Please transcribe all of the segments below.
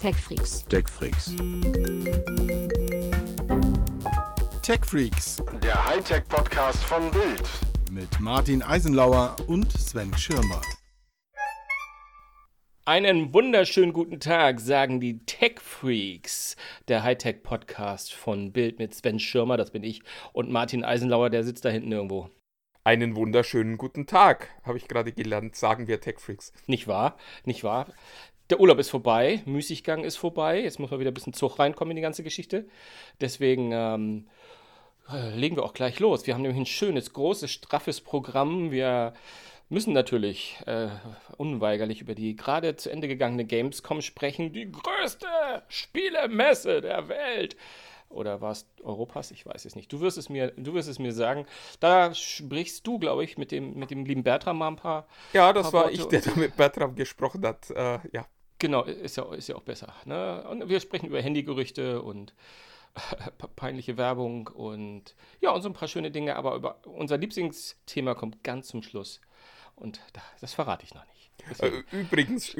TechFreaks. TechFreaks. Der Hightech-Podcast von Bild. Mit Martin Eisenlauer und Sven Schirmer. Einen wunderschönen guten Tag, sagen die TechFreaks. Der Hightech-Podcast von Bild mit Sven Schirmer, das bin ich, und Martin Eisenlauer, der sitzt da hinten irgendwo. Einen wunderschönen guten Tag, habe ich gerade gelernt, sagen wir TechFreaks. Nicht wahr? Nicht wahr? Der Urlaub ist vorbei, Müßiggang ist vorbei, jetzt muss mal wieder ein bisschen Zug reinkommen in die ganze Geschichte. Deswegen legen wir auch gleich los. Wir haben nämlich ein schönes, großes, straffes Programm. Wir müssen natürlich unweigerlich über die gerade zu Ende gegangene Gamescom sprechen. Die größte Spielemesse der Welt. Oder war es Europas? Ich weiß es nicht. Du wirst es mir sagen. Da sprichst du, glaube ich, mit dem lieben Bertram mal ein paar. Ja, das war ich, der da mit Bertram gesprochen hat. Ja. Genau, ist ja auch besser. Ne? Und wir sprechen über Handygerüchte und peinliche Werbung und ja, und so ein paar schöne Dinge. Aber über unser Lieblingsthema kommt ganz zum Schluss. Und das verrate ich noch nicht. Übrigens,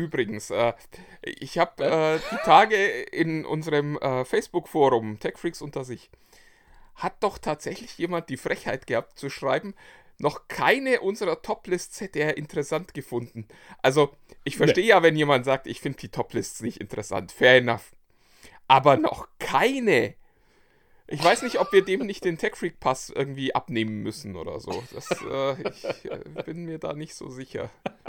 ich habe die Tage in unserem Facebook-Forum TechFreaks unter sich, hat doch tatsächlich jemand die Frechheit gehabt zu schreiben, noch keine unserer Toplists hätte er interessant gefunden. Also, ich verstehe ja, wenn jemand sagt, ich finde die Toplists nicht interessant, fair enough. Aber noch keine. Ich weiß nicht, ob wir dem nicht den TechFreak-Pass irgendwie abnehmen müssen oder so. Ich bin mir da nicht so sicher.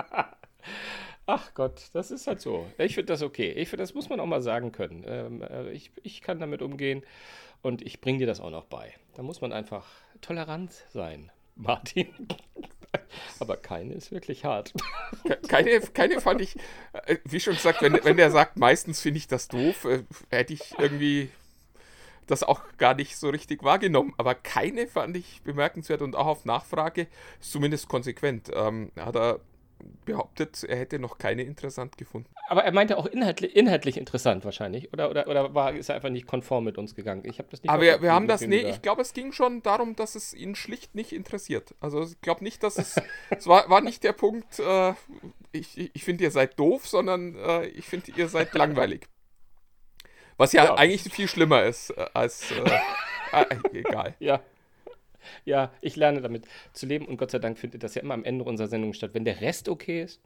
Ach Gott, das ist halt so. Ich finde das okay. Ich finde, das muss man auch mal sagen können. Ich kann damit umgehen und ich bringe dir das auch noch bei. Da muss man einfach tolerant sein, Martin. Aber keine ist wirklich hart. Keine fand ich, wie schon gesagt, wenn der sagt, meistens finde ich das doof, hätte ich irgendwie das auch gar nicht so richtig wahrgenommen. Aber keine fand ich bemerkenswert und auch auf Nachfrage ist zumindest konsequent. Hat er behauptet, er hätte noch keine interessant gefunden. Aber er meinte auch inhaltlich interessant wahrscheinlich. Oder ist er einfach nicht konform mit uns gegangen? Ich habe das nicht. Aber wir haben das, ich glaube, es ging schon darum, dass es ihn schlicht nicht interessiert. Also ich glaube nicht, dass es war nicht der Punkt, ich finde, ihr seid doof, sondern ich finde, ihr seid langweilig. Was ja eigentlich viel schlimmer ist als, egal. Ja, ich lerne damit zu leben und Gott sei Dank findet das ja immer am Ende unserer Sendung statt. Wenn der Rest okay ist,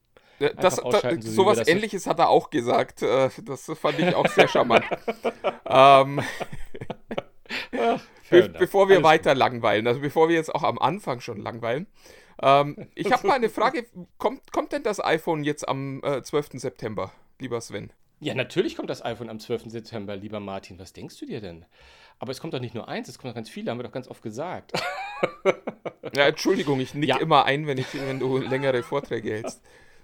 sowas Ähnliches hat er auch gesagt. Das fand ich auch sehr charmant. Bevor wir weiter langweilen, also bevor wir jetzt auch am Anfang schon langweilen, ich habe mal eine Frage. Kommt denn das iPhone jetzt am 12. September, lieber Sven? Ja, natürlich kommt das iPhone am 12. September, lieber Martin. Was denkst du dir denn? Aber es kommt doch nicht nur eins, es kommt noch ganz viele, haben wir doch ganz oft gesagt. Ja, Entschuldigung, ich nick immer ein, wenn du längere Vorträge hältst.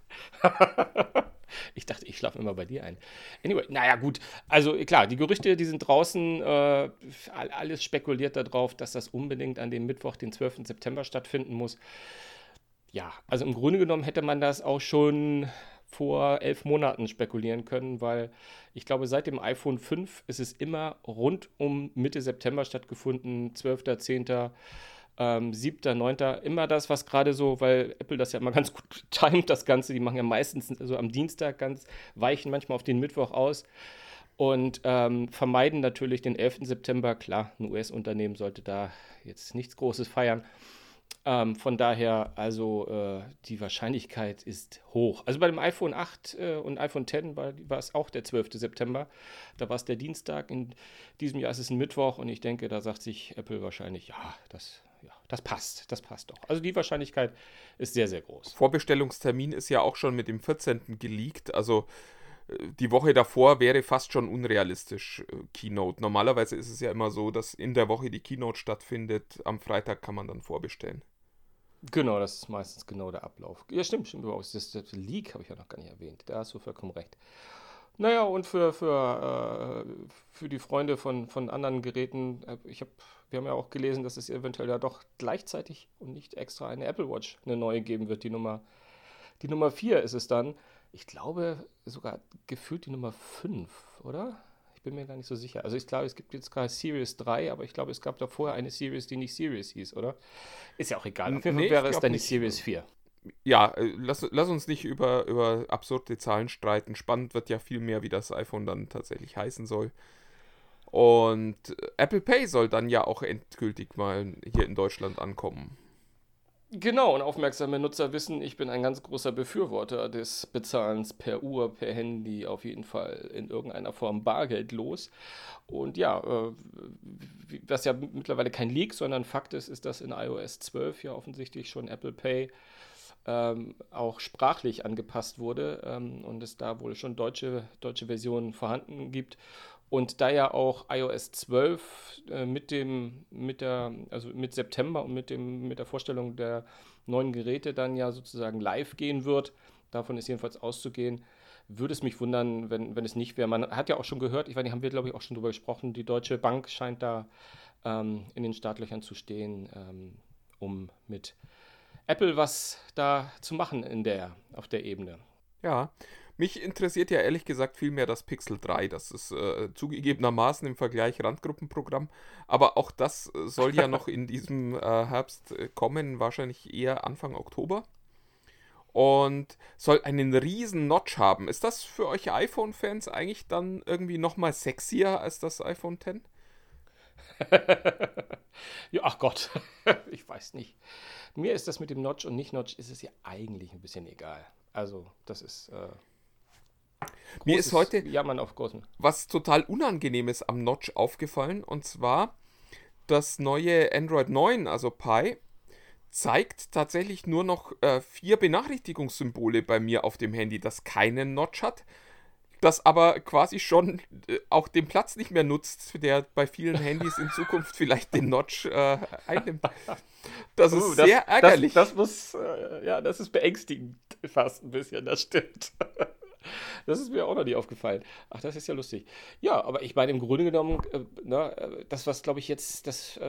Ich dachte, ich schlafe immer bei dir ein. Anyway, naja gut, also klar, die Gerüchte, die sind draußen, alles spekuliert darauf, dass das unbedingt an dem Mittwoch, den 12. September stattfinden muss. Ja, also im Grunde genommen hätte man das auch schon vor 11 Monaten spekulieren können, weil ich glaube, seit dem iPhone 5 ist es immer rund um Mitte September stattgefunden, 12., 10., 7., 9., immer das, was gerade so, weil Apple das ja immer ganz gut timet, das Ganze, die machen ja meistens so am Dienstag weichen manchmal auf den Mittwoch aus und vermeiden natürlich den 11. September, klar, ein US-Unternehmen sollte da jetzt nichts Großes feiern. Von daher, also die Wahrscheinlichkeit ist hoch. Also bei dem iPhone 8 und iPhone X war es auch der 12. September. Da war es der Dienstag. In diesem Jahr ist es ein Mittwoch und ich denke, da sagt sich Apple wahrscheinlich, das passt doch. Also die Wahrscheinlichkeit ist sehr, sehr groß. Vorbestellungstermin ist ja auch schon mit dem 14. geleakt. Also die Woche davor wäre fast schon unrealistisch, Keynote. Normalerweise ist es ja immer so, dass in der Woche die Keynote stattfindet. Am Freitag kann man dann vorbestellen. Genau, das ist meistens genau der Ablauf. Ja, stimmt. Das Leak habe ich ja noch gar nicht erwähnt. Da hast du vollkommen recht. Naja, und für die Freunde von anderen Geräten, wir haben ja auch gelesen, dass es eventuell ja doch gleichzeitig und nicht extra eine Apple Watch, eine neue geben wird. Die Nummer 4 ist es dann. Ich glaube sogar gefühlt die Nummer 5, oder? Ich bin mir gar nicht so sicher. Also ich glaube, es gibt jetzt gerade Series 3, aber ich glaube, es gab da vorher eine Series, die nicht Series hieß, oder? Ist ja auch egal. Auf jeden Fall wäre es dann die Series 4. lass uns nicht über absurde Zahlen streiten. Spannend wird ja viel mehr, wie das iPhone dann tatsächlich heißen soll. Und Apple Pay soll dann ja auch endgültig mal hier in Deutschland ankommen. Genau, und aufmerksame Nutzer wissen, ich bin ein ganz großer Befürworter des Bezahlens per Uhr, per Handy, auf jeden Fall in irgendeiner Form bargeldlos. Und ja, was ja mittlerweile kein Leak, sondern Fakt ist, ist, dass in iOS 12 ja offensichtlich schon Apple Pay auch sprachlich angepasst wurde und es da wohl schon deutsche Versionen vorhanden gibt. Und da ja auch iOS 12 mit September und mit der Vorstellung der neuen Geräte dann ja sozusagen live gehen wird, davon ist jedenfalls auszugehen, würde es mich wundern, wenn es nicht wäre. Man hat ja auch schon gehört, ich weiß nicht, haben wir glaube ich auch schon drüber gesprochen, die Deutsche Bank scheint da in den Startlöchern zu stehen, um mit Apple was da zu machen auf der Ebene. Ja, mich interessiert ja ehrlich gesagt viel mehr das Pixel 3. Das ist zugegebenermaßen im Vergleich Randgruppenprogramm. Aber auch das soll ja noch in diesem Herbst kommen, wahrscheinlich eher Anfang Oktober. Und soll einen riesen Notch haben. Ist das für euch iPhone-Fans eigentlich dann irgendwie nochmal sexier als das iPhone X? Ja, ach Gott, ich weiß nicht. Mir ist das mit dem Notch und nicht Notch, ist es ja eigentlich ein bisschen egal. Also, das ist mir ist heute Jammern auf großem. was total Unangenehmes am Notch aufgefallen. Und zwar das neue Android 9, also Pie, zeigt tatsächlich nur noch 4 Benachrichtigungssymbole bei mir auf dem Handy, das keinen Notch hat. Das aber quasi schon auch den Platz nicht mehr nutzt, der bei vielen Handys in Zukunft vielleicht den Notch einnimmt. Das ist sehr ärgerlich. Das ist beängstigend fast ein bisschen, das stimmt. Das ist mir auch noch nie aufgefallen. Ach, das ist ja lustig. Ja, aber ich meine, im Grunde genommen, das, was glaube ich jetzt,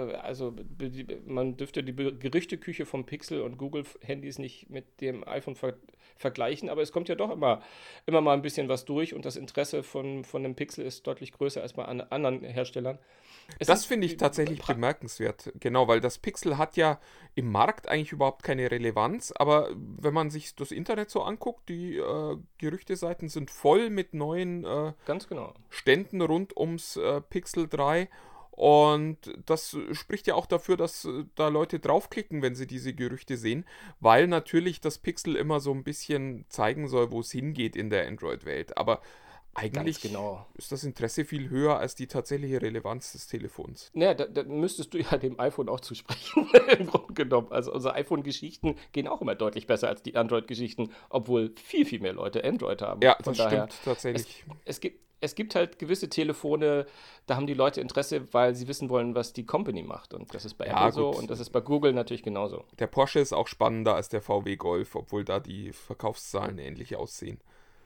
man dürfte die Gerichteküche vom Pixel und Google-Handys nicht mit dem iPhone vergleichen, aber es kommt ja doch immer mal ein bisschen was durch und das Interesse von dem Pixel ist deutlich größer als bei anderen Herstellern. Das finde ich tatsächlich bemerkenswert, genau, weil das Pixel hat ja im Markt eigentlich überhaupt keine Relevanz, aber wenn man sich das Internet so anguckt, die Gerüchteseiten sind voll mit neuen Ganz genau. Ständen rund ums Pixel 3 und das spricht ja auch dafür, dass da Leute draufklicken, wenn sie diese Gerüchte sehen, weil natürlich das Pixel immer so ein bisschen zeigen soll, wo es hingeht in der Android-Welt, aber eigentlich genau. ist das Interesse viel höher als die tatsächliche Relevanz des Telefons. Naja, da müsstest du ja dem iPhone auch zusprechen, im Grunde genommen. Also unsere iPhone-Geschichten gehen auch immer deutlich besser als die Android-Geschichten, obwohl viel, viel mehr Leute Android haben. Ja, das stimmt tatsächlich. Es gibt halt gewisse Telefone, da haben die Leute Interesse, weil sie wissen wollen, was die Company macht. Und das ist bei Apple so und das ist bei Google natürlich genauso. Der Porsche ist auch spannender als der VW Golf, obwohl da die Verkaufszahlen ähnlich aussehen.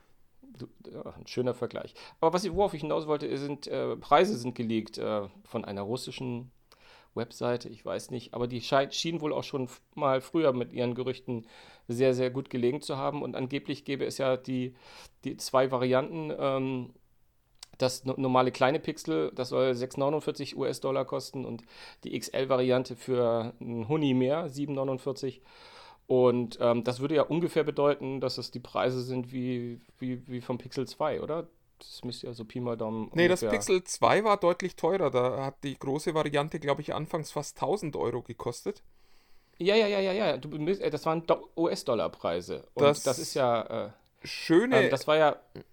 Ja, ein schöner Vergleich. Aber worauf ich hinaus wollte, Preise sind geleakt von einer russischen Webseite, ich weiß nicht, aber die schienen wohl auch schon mal früher mit ihren Gerüchten sehr, sehr gut gelegen zu haben und angeblich gäbe es ja die 2 Varianten, das normale kleine Pixel, das soll 6,49 US-Dollar kosten und die XL-Variante für einen Huni mehr, 7,49. Und das würde ja ungefähr bedeuten, dass es die Preise sind wie vom Pixel 2, oder? Das müsste ja so Pi mal Daumen Nee, ungefähr. das Pixel 2 war deutlich teurer. Da hat die große Variante, glaube ich, anfangs fast 1.000 Euro gekostet. Ja. Das waren US-Dollar-Preise. Und das ist ja. Schöne. Das war ja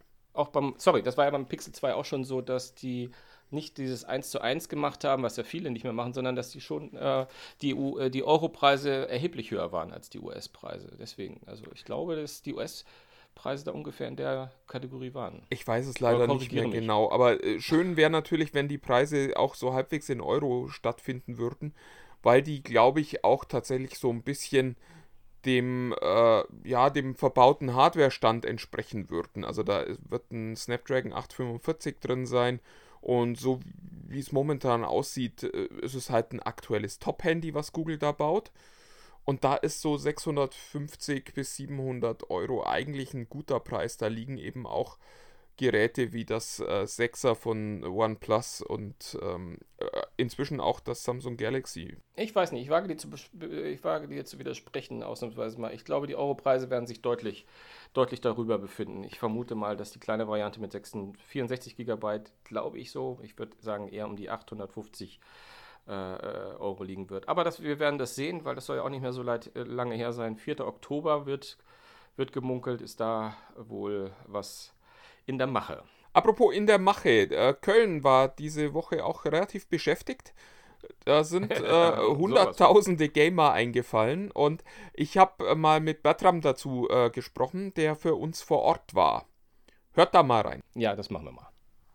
beim Pixel 2 auch schon so, dass die nicht dieses 1:1 gemacht haben, was ja viele nicht mehr machen, sondern dass die schon die Euro-Preise erheblich höher waren als die US-Preise. Deswegen, also ich glaube, dass die US-Preise da ungefähr in der Kategorie waren. Ich weiß es leider nicht mehr genau, aber schön wäre natürlich, wenn die Preise auch so halbwegs in Euro stattfinden würden, weil die, glaube ich, auch tatsächlich so ein bisschen dem verbauten Hardware-Stand entsprechen würden. Also da wird ein Snapdragon 845 drin sein und so wie es momentan aussieht, ist es halt ein aktuelles Top-Handy, was Google da baut. Und da ist so 650 bis 700 Euro eigentlich ein guter Preis. Da liegen eben auch Geräte wie das 6er von OnePlus und inzwischen auch das Samsung Galaxy. Ich weiß nicht, ich wage dir zu widersprechen, ausnahmsweise mal. Ich glaube, die Europreise werden sich deutlich darüber befinden. Ich vermute mal, dass die kleine Variante mit 64 GB, glaube ich so, ich würde sagen eher um die 850 Euro liegen wird. Aber wir werden das sehen, weil das soll ja auch nicht mehr so lange her sein. 4. Oktober wird gemunkelt, ist da wohl was in der Mache. Apropos in der Mache, Köln war diese Woche auch relativ beschäftigt. Da sind hunderttausende Gamer eingefallen und ich habe mal mit Bertram dazu gesprochen, der für uns vor Ort war. Hört da mal rein. Ja, das machen wir mal.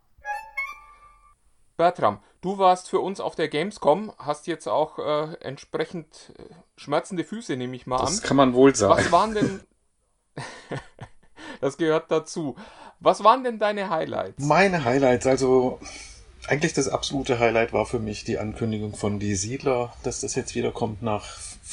Bertram, du warst für uns auf der Gamescom, hast jetzt auch entsprechend schmerzende Füße, nehme ich mal an. Das kann man wohl sagen. Was waren denn... Das gehört dazu. Was waren denn deine Highlights? Meine Highlights, also eigentlich das absolute Highlight war für mich die Ankündigung von Die Siedler, dass das jetzt wieder kommt nach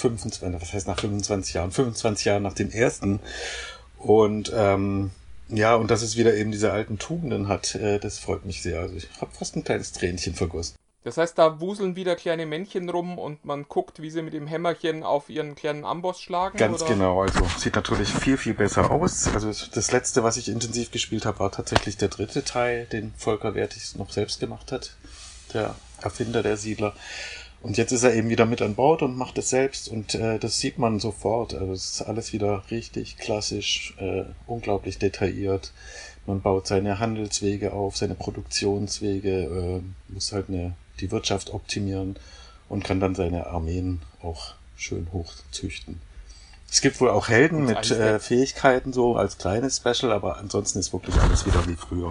25 Jahren, 25 Jahre nach dem ersten. Und und dass es wieder eben diese alten Tugenden hat, das freut mich sehr. Also ich habe fast ein kleines Tränchen vergossen. Das heißt, da wuseln wieder kleine Männchen rum und man guckt, wie sie mit dem Hämmerchen auf ihren kleinen Amboss schlagen? Ganz oder? genau, also sieht natürlich viel, viel besser aus. Also das letzte, was ich intensiv gespielt habe, war tatsächlich der 3. Teil, den Volker Wertig noch selbst gemacht hat, der Erfinder der Siedler. Und jetzt ist er eben wieder mit an Bord und macht es selbst und das sieht man sofort. Also es ist alles wieder richtig klassisch, unglaublich detailliert. Man baut seine Handelswege auf, seine Produktionswege, muss halt die Wirtschaft optimieren und kann dann seine Armeen auch schön hochzüchten. Es gibt wohl auch Helden mit Fähigkeiten so als kleines Special, aber ansonsten ist wirklich alles wieder wie früher.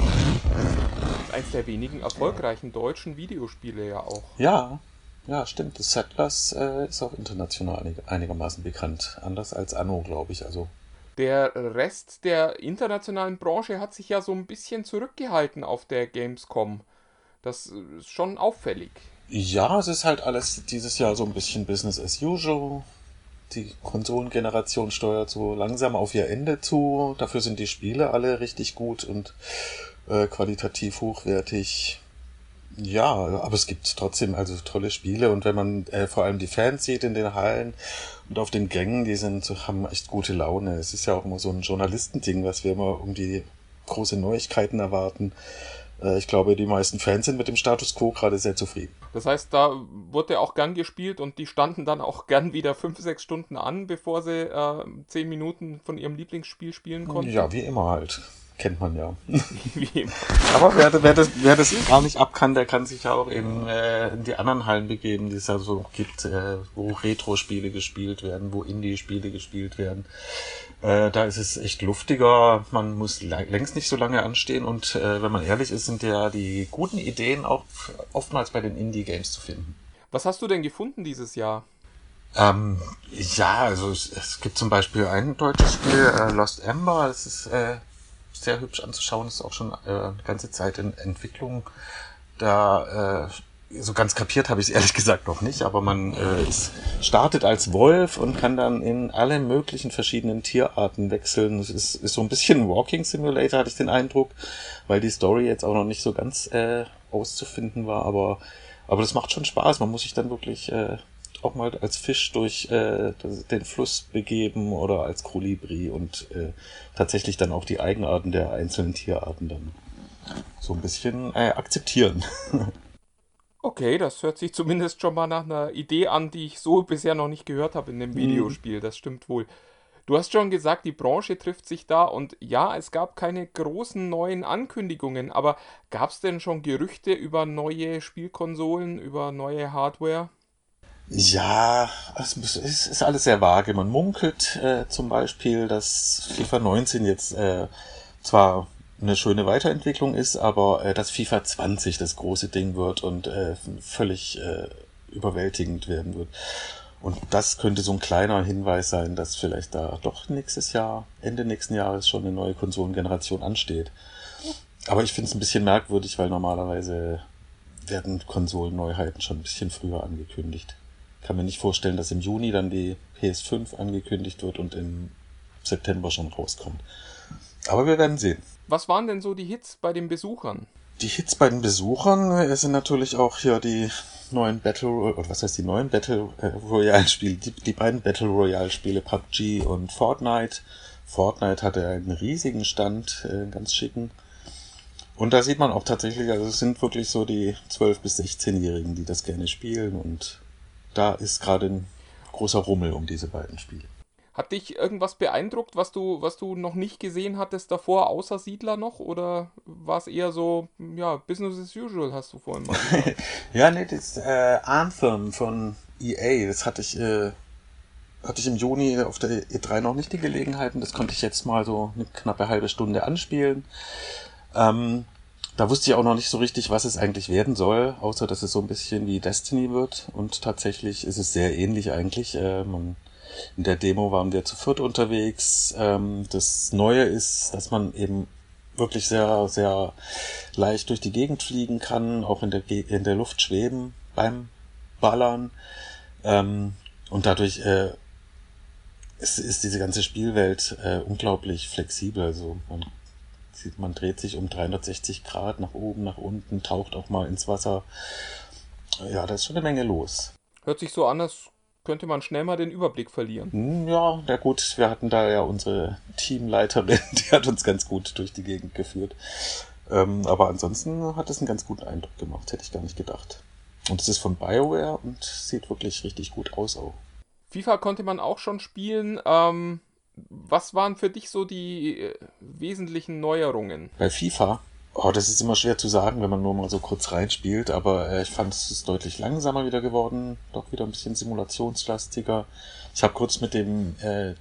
Eins der wenigen erfolgreichen deutschen Videospiele ja auch. Ja, stimmt. Das Settlers ist auch international einigermaßen bekannt. Anders als Anno, glaube ich. Also der Rest der internationalen Branche hat sich ja so ein bisschen zurückgehalten auf der Gamescom. Das ist schon auffällig. Ja, es ist halt alles dieses Jahr so ein bisschen Business as usual. Die Konsolengeneration steuert so langsam auf ihr Ende zu. Dafür sind die Spiele alle richtig gut und qualitativ hochwertig. Ja, aber es gibt trotzdem also tolle Spiele und wenn man vor allem die Fans sieht in den Hallen und auf den Gängen, haben echt gute Laune. Es ist ja auch immer so ein Journalistending, was wir immer um die große Neuigkeiten erwarten. Ich glaube, die meisten Fans sind mit dem Status Quo gerade sehr zufrieden. Das heißt, da wurde auch gern gespielt und die standen dann auch gern wieder 5-6 Stunden an, bevor sie 10 Minuten von ihrem Lieblingsspiel spielen konnten? Ja, wie immer halt. Kennt man ja. Wie immer. Aber wer das gar nicht ab kann, der kann sich ja auch eben in die anderen Hallen begeben, die es ja so gibt, wo Retro-Spiele gespielt werden, wo Indie-Spiele gespielt werden. Da ist es echt luftiger, man muss längst nicht so lange anstehen und wenn man ehrlich ist, sind ja die guten Ideen auch oftmals bei den Indie-Games zu finden. Was hast du denn gefunden dieses Jahr? Also es gibt zum Beispiel ein deutsches Spiel, Lost Ember, das ist sehr hübsch anzuschauen, ist auch schon eine ganze Zeit in Entwicklung. Da so ganz kapiert habe ich es ehrlich gesagt noch nicht, aber man startet als Wolf und kann dann in alle möglichen verschiedenen Tierarten wechseln. Es ist so ein bisschen ein Walking Simulator, hatte ich den Eindruck, weil die Story jetzt auch noch nicht so ganz auszufinden war, aber das macht schon Spaß. Man muss sich dann wirklich auch mal als Fisch durch den Fluss begeben oder als Kolibri und tatsächlich dann auch die Eigenarten der einzelnen Tierarten dann so ein bisschen akzeptieren. Okay, das hört sich zumindest schon mal nach einer Idee an, die ich so bisher noch nicht gehört habe in dem Videospiel. Das stimmt wohl. Du hast schon gesagt, die Branche trifft sich da und ja, es gab keine großen neuen Ankündigungen, aber gab es denn schon Gerüchte über neue Spielkonsolen, über neue Hardware? Ja, es ist alles sehr vage. Man munkelt zum Beispiel, dass FIFA 19 jetzt zwar eine schöne Weiterentwicklung ist, aber dass FIFA 20 das große Ding wird und völlig überwältigend werden wird. Und das könnte so ein kleiner Hinweis sein, dass vielleicht da doch Ende nächsten Jahres schon eine neue Konsolengeneration ansteht. Aber ich finde es ein bisschen merkwürdig, weil normalerweise werden Konsolenneuheiten schon ein bisschen früher angekündigt. Ich kann mir nicht vorstellen, dass im Juni dann die PS5 angekündigt wird und im September schon rauskommt. Aber wir werden sehen. Was waren denn so die Hits bei den Besuchern? Die Hits bei den Besuchern sind natürlich auch hier die neuen die neuen Battle Royale Spiele, die beiden Battle Royale Spiele PUBG und Fortnite. Fortnite hatte einen riesigen Stand, ganz schicken. Und da sieht man auch tatsächlich, also es sind wirklich so die 12- bis 16-Jährigen, die das gerne spielen, und da ist gerade ein großer Rummel um diese beiden Spiele. Hat dich irgendwas beeindruckt, was du noch nicht gesehen hattest davor, außer Siedler noch? Oder war es eher so, ja, Business as usual, hast du vorhin mal gesagt? Ja, nee, das Anthem von EA, das hatte ich im Juni auf der E3 noch nicht die Gelegenheit, und das konnte ich jetzt mal so eine knappe halbe Stunde anspielen. Da wusste ich auch noch nicht so richtig, was es eigentlich werden soll, außer dass es so ein bisschen wie Destiny wird, und tatsächlich ist es sehr ähnlich eigentlich. In der Demo waren wir zu viert unterwegs. Das Neue ist, dass man eben wirklich sehr, sehr leicht durch die Gegend fliegen kann, auch in der Luft schweben beim Ballern. Und dadurch ist diese ganze Spielwelt unglaublich flexibel. Also man dreht sich um 360 Grad nach oben, nach unten, taucht auch mal ins Wasser. Ja, da ist schon eine Menge los. Hört sich so an, als könnte man schnell mal den Überblick verlieren. Ja, na gut, wir hatten da ja unsere Teamleiterin, die hat uns ganz gut durch die Gegend geführt. Aber ansonsten hat es einen ganz guten Eindruck gemacht, hätte ich gar nicht gedacht. Und es ist von BioWare und sieht wirklich richtig gut aus auch. FIFA konnte man auch schon spielen. Was waren für dich so die wesentlichen Neuerungen? Bei FIFA, das ist immer schwer zu sagen, wenn man nur mal so kurz reinspielt, aber ich fand, es ist deutlich langsamer wieder geworden, doch wieder ein bisschen simulationslastiger. Ich habe kurz mit dem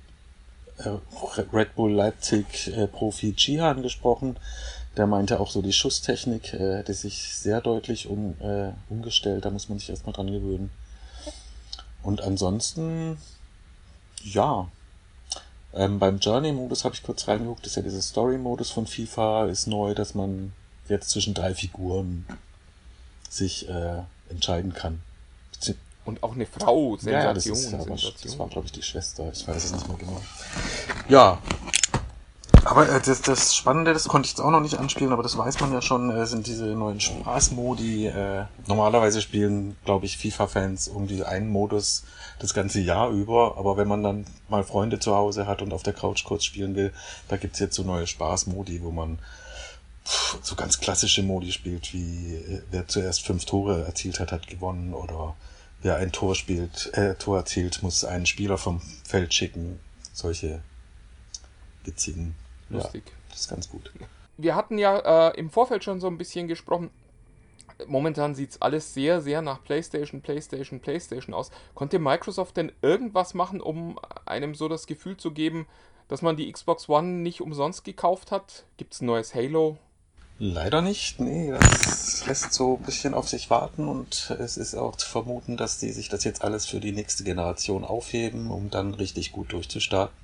Red Bull Leipzig Profi Cihan gesprochen. Der meinte auch so, die Schusstechnik hätte sich sehr deutlich umgestellt, da muss man sich erstmal dran gewöhnen. Und ansonsten, ja, beim Journey-Modus habe ich kurz reingeguckt, das ist ja dieser Story-Modus von FIFA, ist neu, dass man jetzt zwischen 3 Figuren sich entscheiden kann. Und auch eine Frau, Sensation. Ja, das war, glaube ich, die Schwester, ich weiß es nicht mehr genau. Ja, aber das Spannende, das konnte ich jetzt auch noch nicht anspielen, aber das weiß man ja schon, sind diese neuen Spaßmodi. Normalerweise spielen, glaube ich, FIFA-Fans um diesen einen Modus das ganze Jahr über, aber wenn man dann mal Freunde zu Hause hat und auf der Couch kurz spielen will, da gibt's jetzt so neue Spaßmodi, wo man so ganz klassische Modi spielt, wie wer zuerst 5 Tore erzielt hat gewonnen, oder wer ein Tor erzielt, muss einen Spieler vom Feld schicken. Solche witzigen. Lustig. Ja, das ist ganz gut. Wir hatten ja im Vorfeld schon so ein bisschen gesprochen. Momentan sieht es alles sehr, sehr nach PlayStation aus. Konnte Microsoft denn irgendwas machen, um einem so das Gefühl zu geben, dass man die Xbox One nicht umsonst gekauft hat? Gibt es ein neues Halo? Leider nicht, nee, das lässt so ein bisschen auf sich warten, und es ist auch zu vermuten, dass die sich das jetzt alles für die nächste Generation aufheben, um dann richtig gut durchzustarten.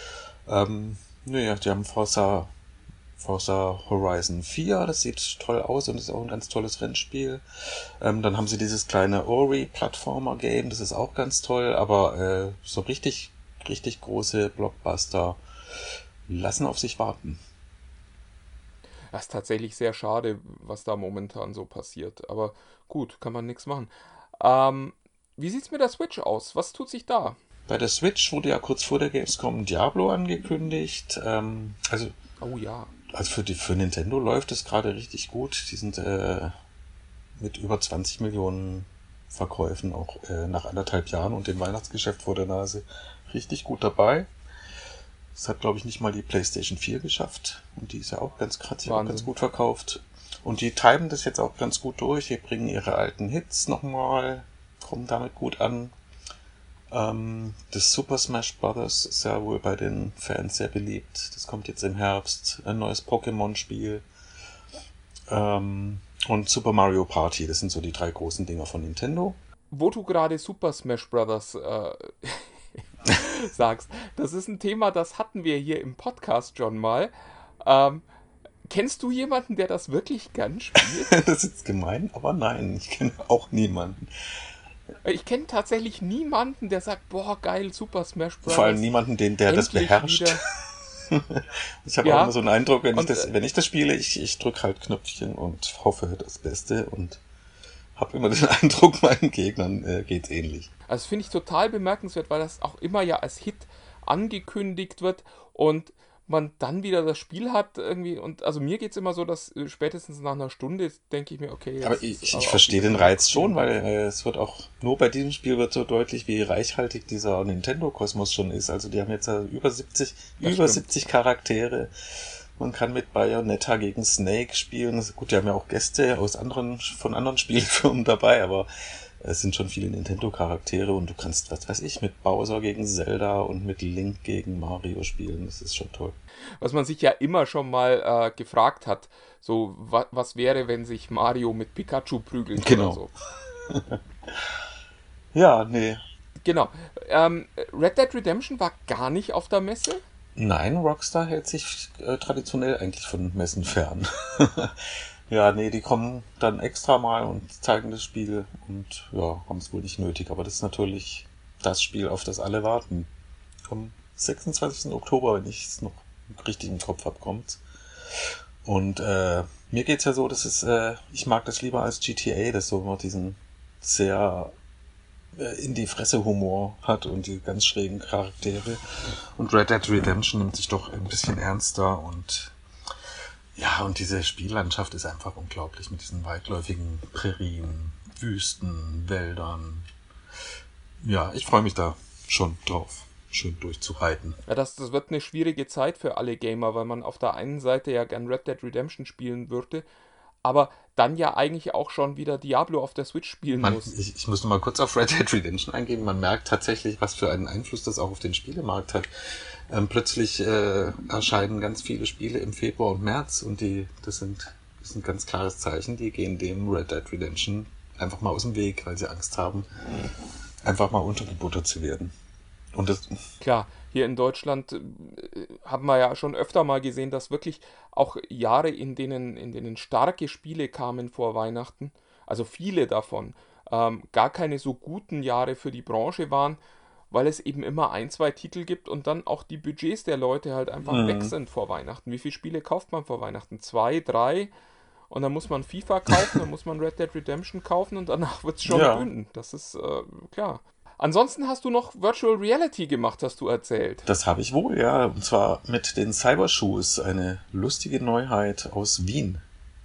Naja, die haben Forza Horizon 4, das sieht toll aus und ist auch ein ganz tolles Rennspiel. Dann haben sie dieses kleine Ori-Plattformer-Game, das ist auch ganz toll, aber so richtig große Blockbuster lassen auf sich warten. Das ist tatsächlich sehr schade, was da momentan so passiert. Aber gut, kann man nichts machen. Wie sieht's mit der Switch aus? Was tut sich da? Bei der Switch wurde ja kurz vor der Gamescom Diablo angekündigt. Oh ja. Also für Nintendo läuft es gerade richtig gut. Die sind mit über 20 Millionen Verkäufen auch nach 1,5 Jahren und dem Weihnachtsgeschäft vor der Nase richtig gut dabei. Das hat, glaube ich, nicht mal die PlayStation 4 geschafft. Und die ist ja auch ganz gut verkauft. Und die timen das jetzt auch ganz gut durch. Die bringen ihre alten Hits nochmal, kommen damit gut an. Das Super Smash Bros. Ist ja wohl bei den Fans sehr beliebt. Das kommt jetzt im Herbst. Ein neues Pokémon-Spiel. Und Super Mario Party. Das sind so die 3 großen Dinger von Nintendo. Wo du gerade Super Smash Bros. Sagst, das ist ein Thema, das hatten wir hier im Podcast schon mal. Kennst du jemanden, der das wirklich gern spielt? Das ist jetzt gemein, aber nein, ich kenne auch niemanden. Ich kenne tatsächlich niemanden, der sagt, boah, geil, Super Smash Bros. Vor allem niemanden, der das beherrscht. Ich habe auch immer so einen Eindruck, wenn ich das spiele, ich drücke halt Knöpfchen und hoffe das Beste und habe immer den Eindruck, meinen Gegnern geht's ähnlich. Also finde ich total bemerkenswert, weil das auch immer ja als Hit angekündigt wird und man dann wieder das Spiel hat irgendwie. Und also mir geht es immer so, dass spätestens nach einer Stunde denke ich mir, okay, jetzt aber ich verstehe den Reiz schon, weil es wird auch, nur bei diesem Spiel wird so deutlich, wie reichhaltig dieser Nintendo-Kosmos schon ist. Also die haben jetzt über 70 Charaktere. Man kann mit Bayonetta gegen Snake spielen. Gut, die haben ja auch Gäste von anderen Spielfirmen dabei, aber es sind schon viele Nintendo-Charaktere und du kannst, was weiß ich, mit Bowser gegen Zelda und mit Link gegen Mario spielen. Das ist schon toll. Was man sich ja immer schon mal gefragt hat, so was wäre, wenn sich Mario mit Pikachu prügelt genau. Oder so. Ja, nee. Genau. Red Dead Redemption war gar nicht auf der Messe? Nein, Rockstar hält sich traditionell eigentlich von Messen fern. Ja, nee, die kommen dann extra mal und zeigen das Spiel und ja, haben es wohl nicht nötig. Aber das ist natürlich das Spiel, auf das alle warten. Am 26. Oktober, wenn ich es noch richtig im Kopf habe, kommt's. Und mir geht's ja so, ich mag das lieber als GTA, das so immer diesen sehr in die Fresse Humor hat und die ganz schrägen Charaktere. Und Red Dead Redemption nimmt sich doch ein bisschen ernster und ja, und diese Spiellandschaft ist einfach unglaublich mit diesen weitläufigen Prärien, Wüsten, Wäldern. Ja, ich freue mich da schon drauf, schön durchzureiten. Ja, das wird eine schwierige Zeit für alle Gamer, weil man auf der einen Seite ja gern Red Dead Redemption spielen würde, aber dann ja eigentlich auch schon wieder Diablo auf der Switch spielen muss. Ich muss noch mal kurz auf Red Dead Redemption eingehen. Man merkt tatsächlich, was für einen Einfluss das auch auf den Spielemarkt hat. Plötzlich erscheinen ganz viele Spiele im Februar und März und das ist ein ganz klares Zeichen. Die gehen dem Red Dead Redemption einfach mal aus dem Weg, weil sie Angst haben, einfach mal untergebuttert zu werden. Und das Klar, hier in Deutschland haben wir ja schon öfter mal gesehen, dass wirklich auch Jahre, in denen starke Spiele kamen vor Weihnachten, also viele davon, gar keine so guten Jahre für die Branche waren, weil es eben immer ein, zwei Titel gibt und dann auch die Budgets der Leute halt einfach weg sind vor Weihnachten. Wie viele Spiele kauft man vor Weihnachten? 2, 3? Und dann muss man FIFA kaufen, dann muss man Red Dead Redemption kaufen und danach wird es schon dünn. Das ist klar. Ansonsten hast du noch Virtual Reality gemacht, hast du erzählt. Das habe ich wohl, ja. Und zwar mit den Cybershoes, eine lustige Neuheit aus Wien.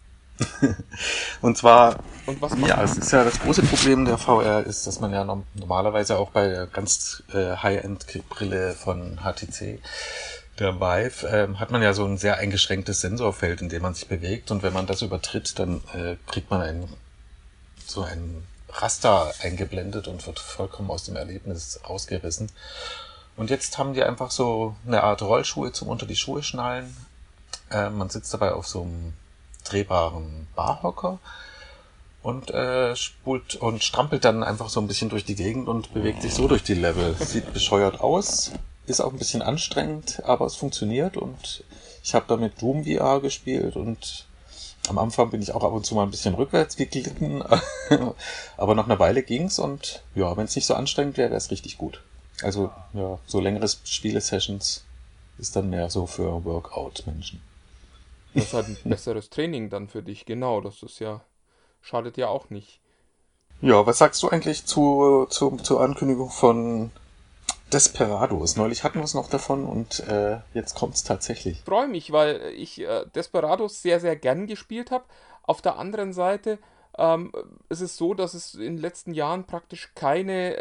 Und zwar, Und was es ist ja das große Problem der VR ist, dass man ja normalerweise auch bei der ganz High-End-Brille von HTC, der Vive, hat man ja so ein sehr eingeschränktes Sensorfeld, in dem man sich bewegt. Und wenn man das übertritt, dann kriegt man so ein Raster eingeblendet und wird vollkommen aus dem Erlebnis rausgerissen. Und jetzt haben die einfach so eine Art Rollschuhe zum unter die Schuhe schnallen. Man sitzt dabei auf so einem drehbaren Barhocker und spult und strampelt dann einfach so ein bisschen durch die Gegend und bewegt sich so durch die Level. Sieht bescheuert aus, ist auch ein bisschen anstrengend, aber es funktioniert und ich habe damit Doom VR gespielt und am Anfang bin ich auch ab und zu mal ein bisschen rückwärts geglitten, aber nach einer Weile ging's und ja, wenn es nicht so anstrengend wäre, wäre es richtig gut. Also ja, so längere Spiele-Sessions ist dann mehr so für Workout-Menschen. Das ist halt ein besseres Training dann für dich, genau. Das ist ja, schadet ja auch nicht. Ja, was sagst du eigentlich zur Ankündigung von Desperados? Neulich hatten wir es noch davon und jetzt kommt es tatsächlich. Ich freue mich, weil ich Desperados sehr, sehr gern gespielt habe. Auf der anderen Seite ist es so, dass es in den letzten Jahren praktisch keine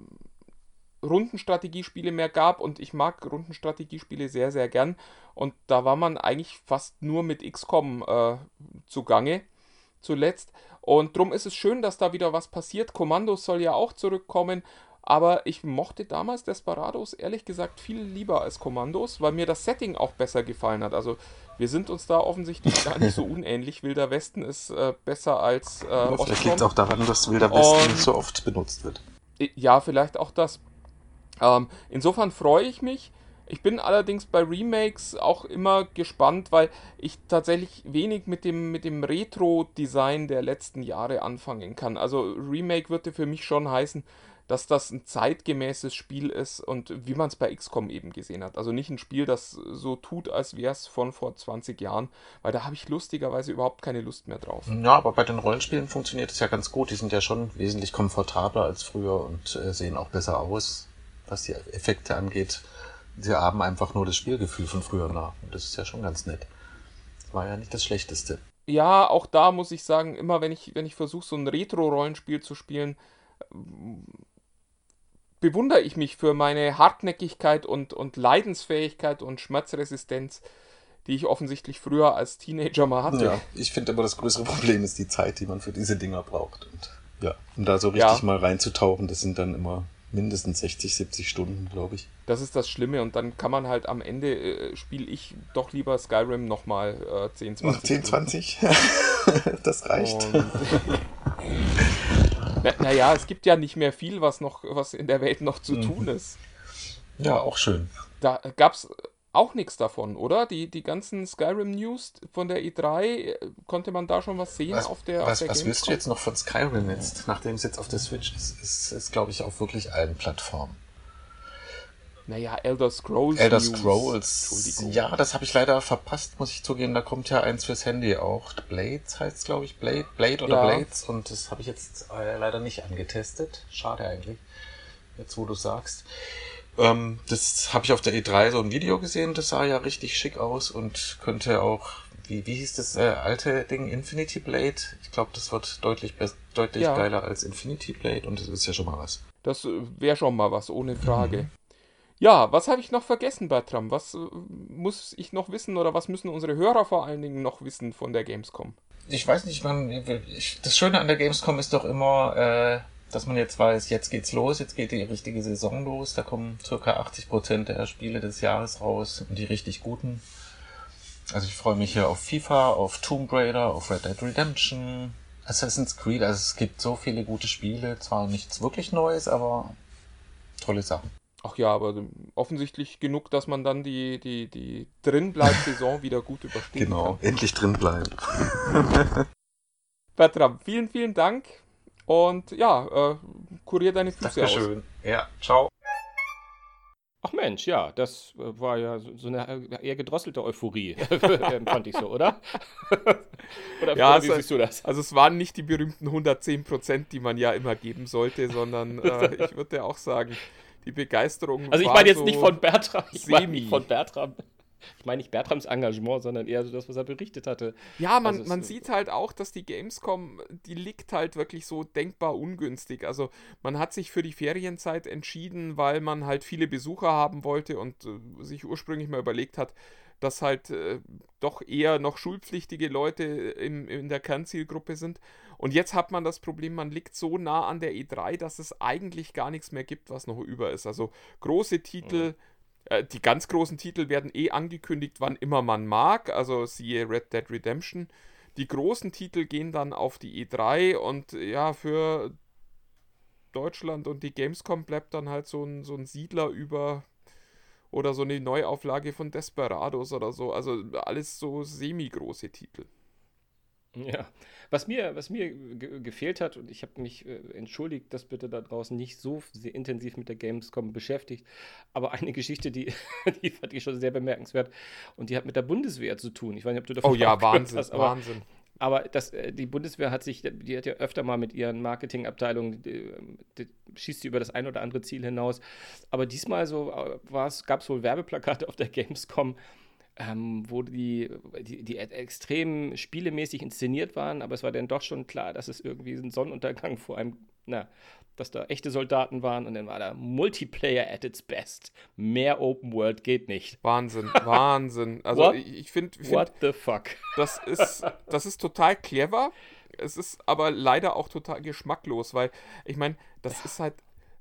Rundenstrategiespiele mehr gab und ich mag Rundenstrategiespiele sehr, sehr gern. Und da war man eigentlich fast nur mit XCOM zugange zuletzt. Und drum ist es schön, dass da wieder was passiert. Commandos soll ja auch zurückkommen. Aber ich mochte damals Desperados ehrlich gesagt viel lieber als Commandos, weil mir das Setting auch besser gefallen hat. Also wir sind uns da offensichtlich gar nicht so unähnlich. Wilder Westen ist besser als Vielleicht Ostfront. liegt es auch daran, dass Wilder Westen nicht so oft benutzt wird. Ja, vielleicht auch das. Insofern freue ich mich. Ich bin allerdings bei Remakes auch immer gespannt, weil ich tatsächlich wenig mit dem Retro-Design der letzten Jahre anfangen kann. Also Remake würde für mich schon heißen, dass das ein zeitgemäßes Spiel ist und wie man es bei XCOM eben gesehen hat. Also nicht ein Spiel, das so tut, als wäre es von vor 20 Jahren, weil da habe ich lustigerweise überhaupt keine Lust mehr drauf. Ja, aber bei den Rollenspielen funktioniert es ja ganz gut. Die sind ja schon wesentlich komfortabler als früher und sehen auch besser aus, was die Effekte angeht. Sie haben einfach nur das Spielgefühl von früher nach. Und das ist ja schon ganz nett. Das war ja nicht das Schlechteste. Ja, auch da muss ich sagen, immer wenn ich versuche, so ein Retro-Rollenspiel zu spielen, bewundere ich mich für meine Hartnäckigkeit und Leidensfähigkeit und Schmerzresistenz, die ich offensichtlich früher als Teenager mal hatte. Ja, ich finde aber das größere Problem ist die Zeit, die man für diese Dinger braucht. Und ja, um da so richtig mal reinzutauchen, das sind dann immer mindestens 60, 70 Stunden, glaube ich. Das ist das Schlimme und dann kann man halt am Ende, spiele ich doch lieber Skyrim nochmal 10, 20 10, 20? Das reicht. Naja, es gibt ja nicht mehr viel, was in der Welt noch zu tun ist. Ja, auch schön. Da gab's auch nichts davon, oder? Die ganzen Skyrim-News von der E3, konnte man da schon was sehen auf der Gamescom? Was willst du jetzt noch von Skyrim jetzt, nachdem es jetzt auf der Switch ist? Ist glaube ich, auf wirklich allen Plattformen. Naja, Elder Scrolls. Entschuldigung. Ja, das habe ich leider verpasst, muss ich zugeben. Da kommt ja eins fürs Handy auch. Blades heißt es, glaube ich. Blade oder Blades. Und das habe ich jetzt leider nicht angetestet. Schade eigentlich. Jetzt, wo du sagst. Das habe ich auf der E3 so ein Video gesehen. Das sah ja richtig schick aus und könnte auch, wie hieß das alte Ding? Infinity Blade? Ich glaube, das wird deutlich geiler als Infinity Blade und das ist ja schon mal was. Das wäre schon mal was, ohne Frage. Ja, was habe ich noch vergessen, Bertram? Was muss ich noch wissen oder was müssen unsere Hörer vor allen Dingen noch wissen von der Gamescom? Ich weiß nicht, das Schöne an der Gamescom ist doch immer, dass man jetzt weiß, jetzt geht's los, jetzt geht die richtige Saison los, da kommen ca. 80% der Spiele des Jahres raus und die richtig guten. Also ich freue mich hier auf FIFA, auf Tomb Raider, auf Red Dead Redemption, Assassin's Creed, also es gibt so viele gute Spiele, zwar nichts wirklich Neues, aber tolle Sachen. Ach ja, aber offensichtlich genug, dass man dann die Drinbleib-Saison wieder gut übersteht. Genau, endlich drin bleiben. Bertram, vielen, vielen Dank und ja, kurier deine Füße aus. Dankeschön. Ja, ciao. Ach Mensch, ja, das war ja so eine eher gedrosselte Euphorie, fand ich so, oder? Ja, wie siehst du das? Also es waren nicht die berühmten 110%, die man ja immer geben sollte, sondern ich würde ja auch sagen, die Begeisterung Also ich war meine jetzt so nicht von Bertram, ich meine semi. nicht von Bertram. Ich meine nicht Bertrams Engagement, sondern eher so das, was er berichtet hatte. Ja, Also man sieht halt auch, dass die Gamescom, die liegt halt wirklich so denkbar ungünstig. Also man hat sich für die Ferienzeit entschieden, weil man halt viele Besucher haben wollte und sich ursprünglich mal überlegt hat, dass halt doch eher noch schulpflichtige Leute in der Kernzielgruppe sind. Und jetzt hat man das Problem, man liegt so nah an der E3, dass es eigentlich gar nichts mehr gibt, was noch über ist. Also große Titel... Die ganz großen Titel werden angekündigt, wann immer man mag, also siehe Red Dead Redemption. Die großen Titel gehen dann auf die E3 und ja, für Deutschland und die Gamescom bleibt dann halt so ein Siedler über oder so eine Neuauflage von Desperados oder so. Also alles so semi-große Titel. Ja, was mir gefehlt hat, und ich habe mich entschuldigt, dass bitte da draußen nicht so sehr intensiv mit der Gamescom beschäftigt, aber eine Geschichte, die fand ich schon sehr bemerkenswert und die hat mit der Bundeswehr zu tun. Ich weiß nicht, ob du davon gehört Wahnsinn, hast, Wahnsinn. Aber die Bundeswehr hat ja öfter mal mit ihren Marketingabteilungen, schießt sie über das ein oder andere Ziel hinaus, aber diesmal gab es wohl Werbeplakate auf der Gamescom, wo die extrem spielemäßig inszeniert waren, aber es war dann doch schon klar, dass es irgendwie ein Sonnenuntergang vor einem, dass da echte Soldaten waren und dann war da Multiplayer at its best. Mehr Open World geht nicht. Wahnsinn, Wahnsinn. Also ich finde, what the fuck? Das ist total clever. Es ist aber leider auch total geschmacklos, weil ich meine, das ist halt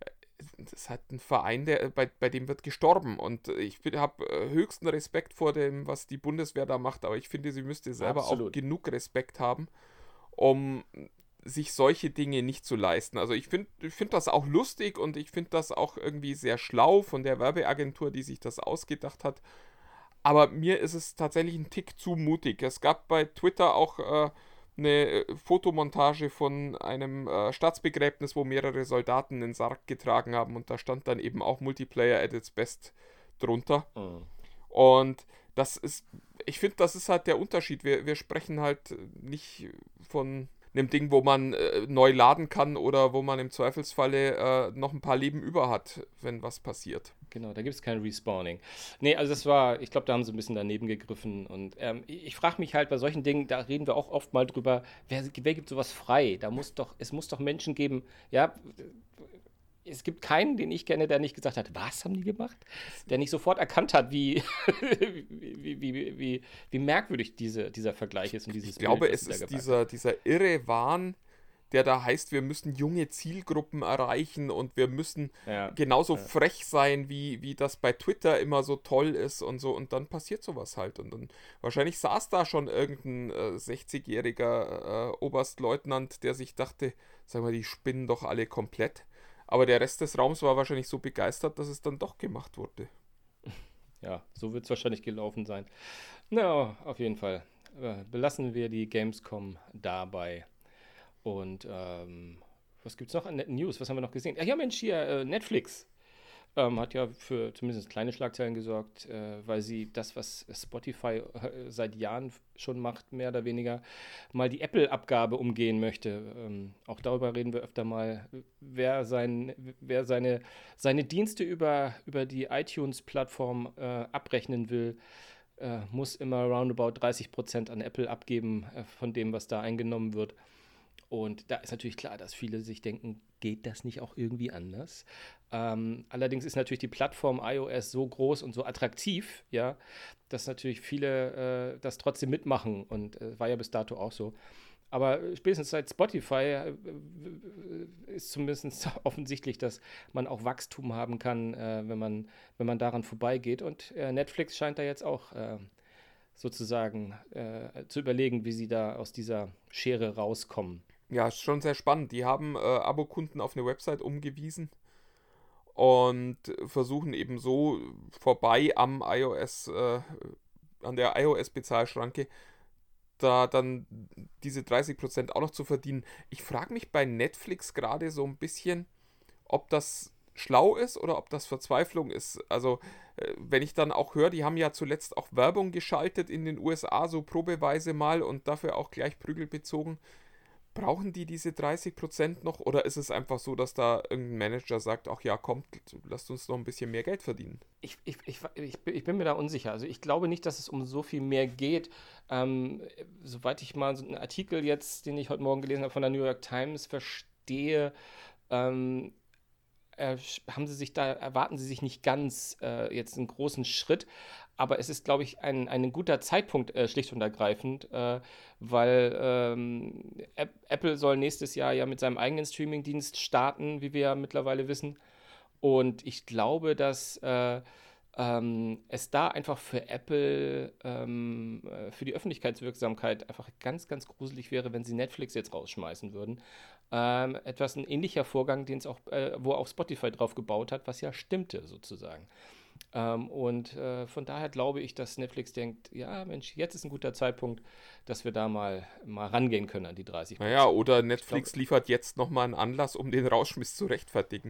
ein Verein, bei dem wird gestorben und ich habe höchsten Respekt vor dem, was die Bundeswehr da macht, aber ich finde, sie müsste selber auch genug Respekt haben, um sich solche Dinge nicht zu leisten. Also ich finde das auch lustig und ich finde das auch irgendwie sehr schlau von der Werbeagentur, die sich das ausgedacht hat, aber mir ist es tatsächlich ein Tick zu mutig. Es gab bei Twitter auch eine Fotomontage von einem Staatsbegräbnis, wo mehrere Soldaten den Sarg getragen haben und da stand dann eben auch Multiplayer at its best drunter. Und ich finde, das ist halt der Unterschied. Wir sprechen halt nicht von einem Ding, wo man neu laden kann oder wo man im Zweifelsfalle noch ein paar Leben über hat, wenn was passiert. Genau, da gibt es kein Respawning. Nee, also ich glaube, da haben sie ein bisschen daneben gegriffen. Und ich frage mich halt bei solchen Dingen, da reden wir auch oft mal drüber, wer gibt sowas frei? Es muss doch Menschen geben, ja. Es gibt keinen, den ich kenne, der nicht gesagt hat, was haben die gemacht? Der nicht sofort erkannt hat, wie merkwürdig dieser Vergleich ist und dieses Ich glaube, Bild, es ist dieser irre Wahn, der da heißt, wir müssen junge Zielgruppen erreichen und wir müssen genauso frech sein, wie das bei Twitter immer so toll ist und so. Und dann passiert sowas halt. Und dann wahrscheinlich saß da schon irgendein 60-jähriger Oberstleutnant, der sich dachte, sag mal, die spinnen doch alle komplett. Aber der Rest des Raums war wahrscheinlich so begeistert, dass es dann doch gemacht wurde. Ja, so wird es wahrscheinlich gelaufen sein. Na, auf jeden Fall. Belassen wir die Gamescom dabei. Und was gibt es noch an netten News? Was haben wir noch gesehen? Ja, Mensch, hier, Netflix hat ja für zumindest kleine Schlagzeilen gesorgt, weil sie das, was Spotify seit Jahren schon macht, mehr oder weniger, mal die Apple-Abgabe umgehen möchte. Auch darüber reden wir öfter mal. Wer seine Dienste über die iTunes-Plattform abrechnen will, muss immer roundabout 30% an Apple abgeben von dem, was da eingenommen wird. Und da ist natürlich klar, dass viele sich denken, geht das nicht auch irgendwie anders? Allerdings ist natürlich die Plattform iOS so groß und so attraktiv, ja, dass natürlich viele das trotzdem mitmachen und war ja bis dato auch so. Aber spätestens seit Spotify ist zumindest offensichtlich, dass man auch Wachstum haben kann, wenn man daran vorbeigeht. Und Netflix scheint da jetzt auch sozusagen zu überlegen, wie sie da aus dieser Schere rauskommen. Ja, ist schon sehr spannend. Die haben Abokunden auf eine Website umgewiesen und versuchen eben so vorbei an der iOS-Bezahlschranke, da dann diese 30% auch noch zu verdienen. Ich frage mich bei Netflix gerade so ein bisschen, ob das schlau ist oder ob das Verzweiflung ist. Also, wenn ich dann auch höre, die haben ja zuletzt auch Werbung geschaltet in den USA, so probeweise mal und dafür auch gleich Prügel bezogen. Brauchen die diese 30% noch oder ist es einfach so, dass da irgendein Manager sagt, ach ja, kommt, lasst uns noch ein bisschen mehr Geld verdienen? Ich bin mir da unsicher. Also ich glaube nicht, dass es um so viel mehr geht. Soweit ich mal so einen Artikel jetzt, den ich heute Morgen gelesen habe von der New York Times, verstehe, erwarten sie sich nicht ganz jetzt einen großen Schritt, aber es ist, glaube ich, ein guter Zeitpunkt, schlicht und ergreifend, weil Apple soll nächstes Jahr ja mit seinem eigenen Streamingdienst starten, wie wir ja mittlerweile wissen. Und ich glaube, dass es da einfach für Apple, für die Öffentlichkeitswirksamkeit einfach ganz, ganz gruselig wäre, wenn sie Netflix jetzt rausschmeißen würden. Etwas ein ähnlicher Vorgang, den es auch, wo auch Spotify drauf gebaut hat, was ja stimmte sozusagen. Von daher glaube ich, dass Netflix denkt, ja Mensch, jetzt ist ein guter Zeitpunkt, dass wir da mal rangehen können an die 30%. Naja, oder Netflix liefert jetzt nochmal einen Anlass, um den Rausschmiss zu rechtfertigen.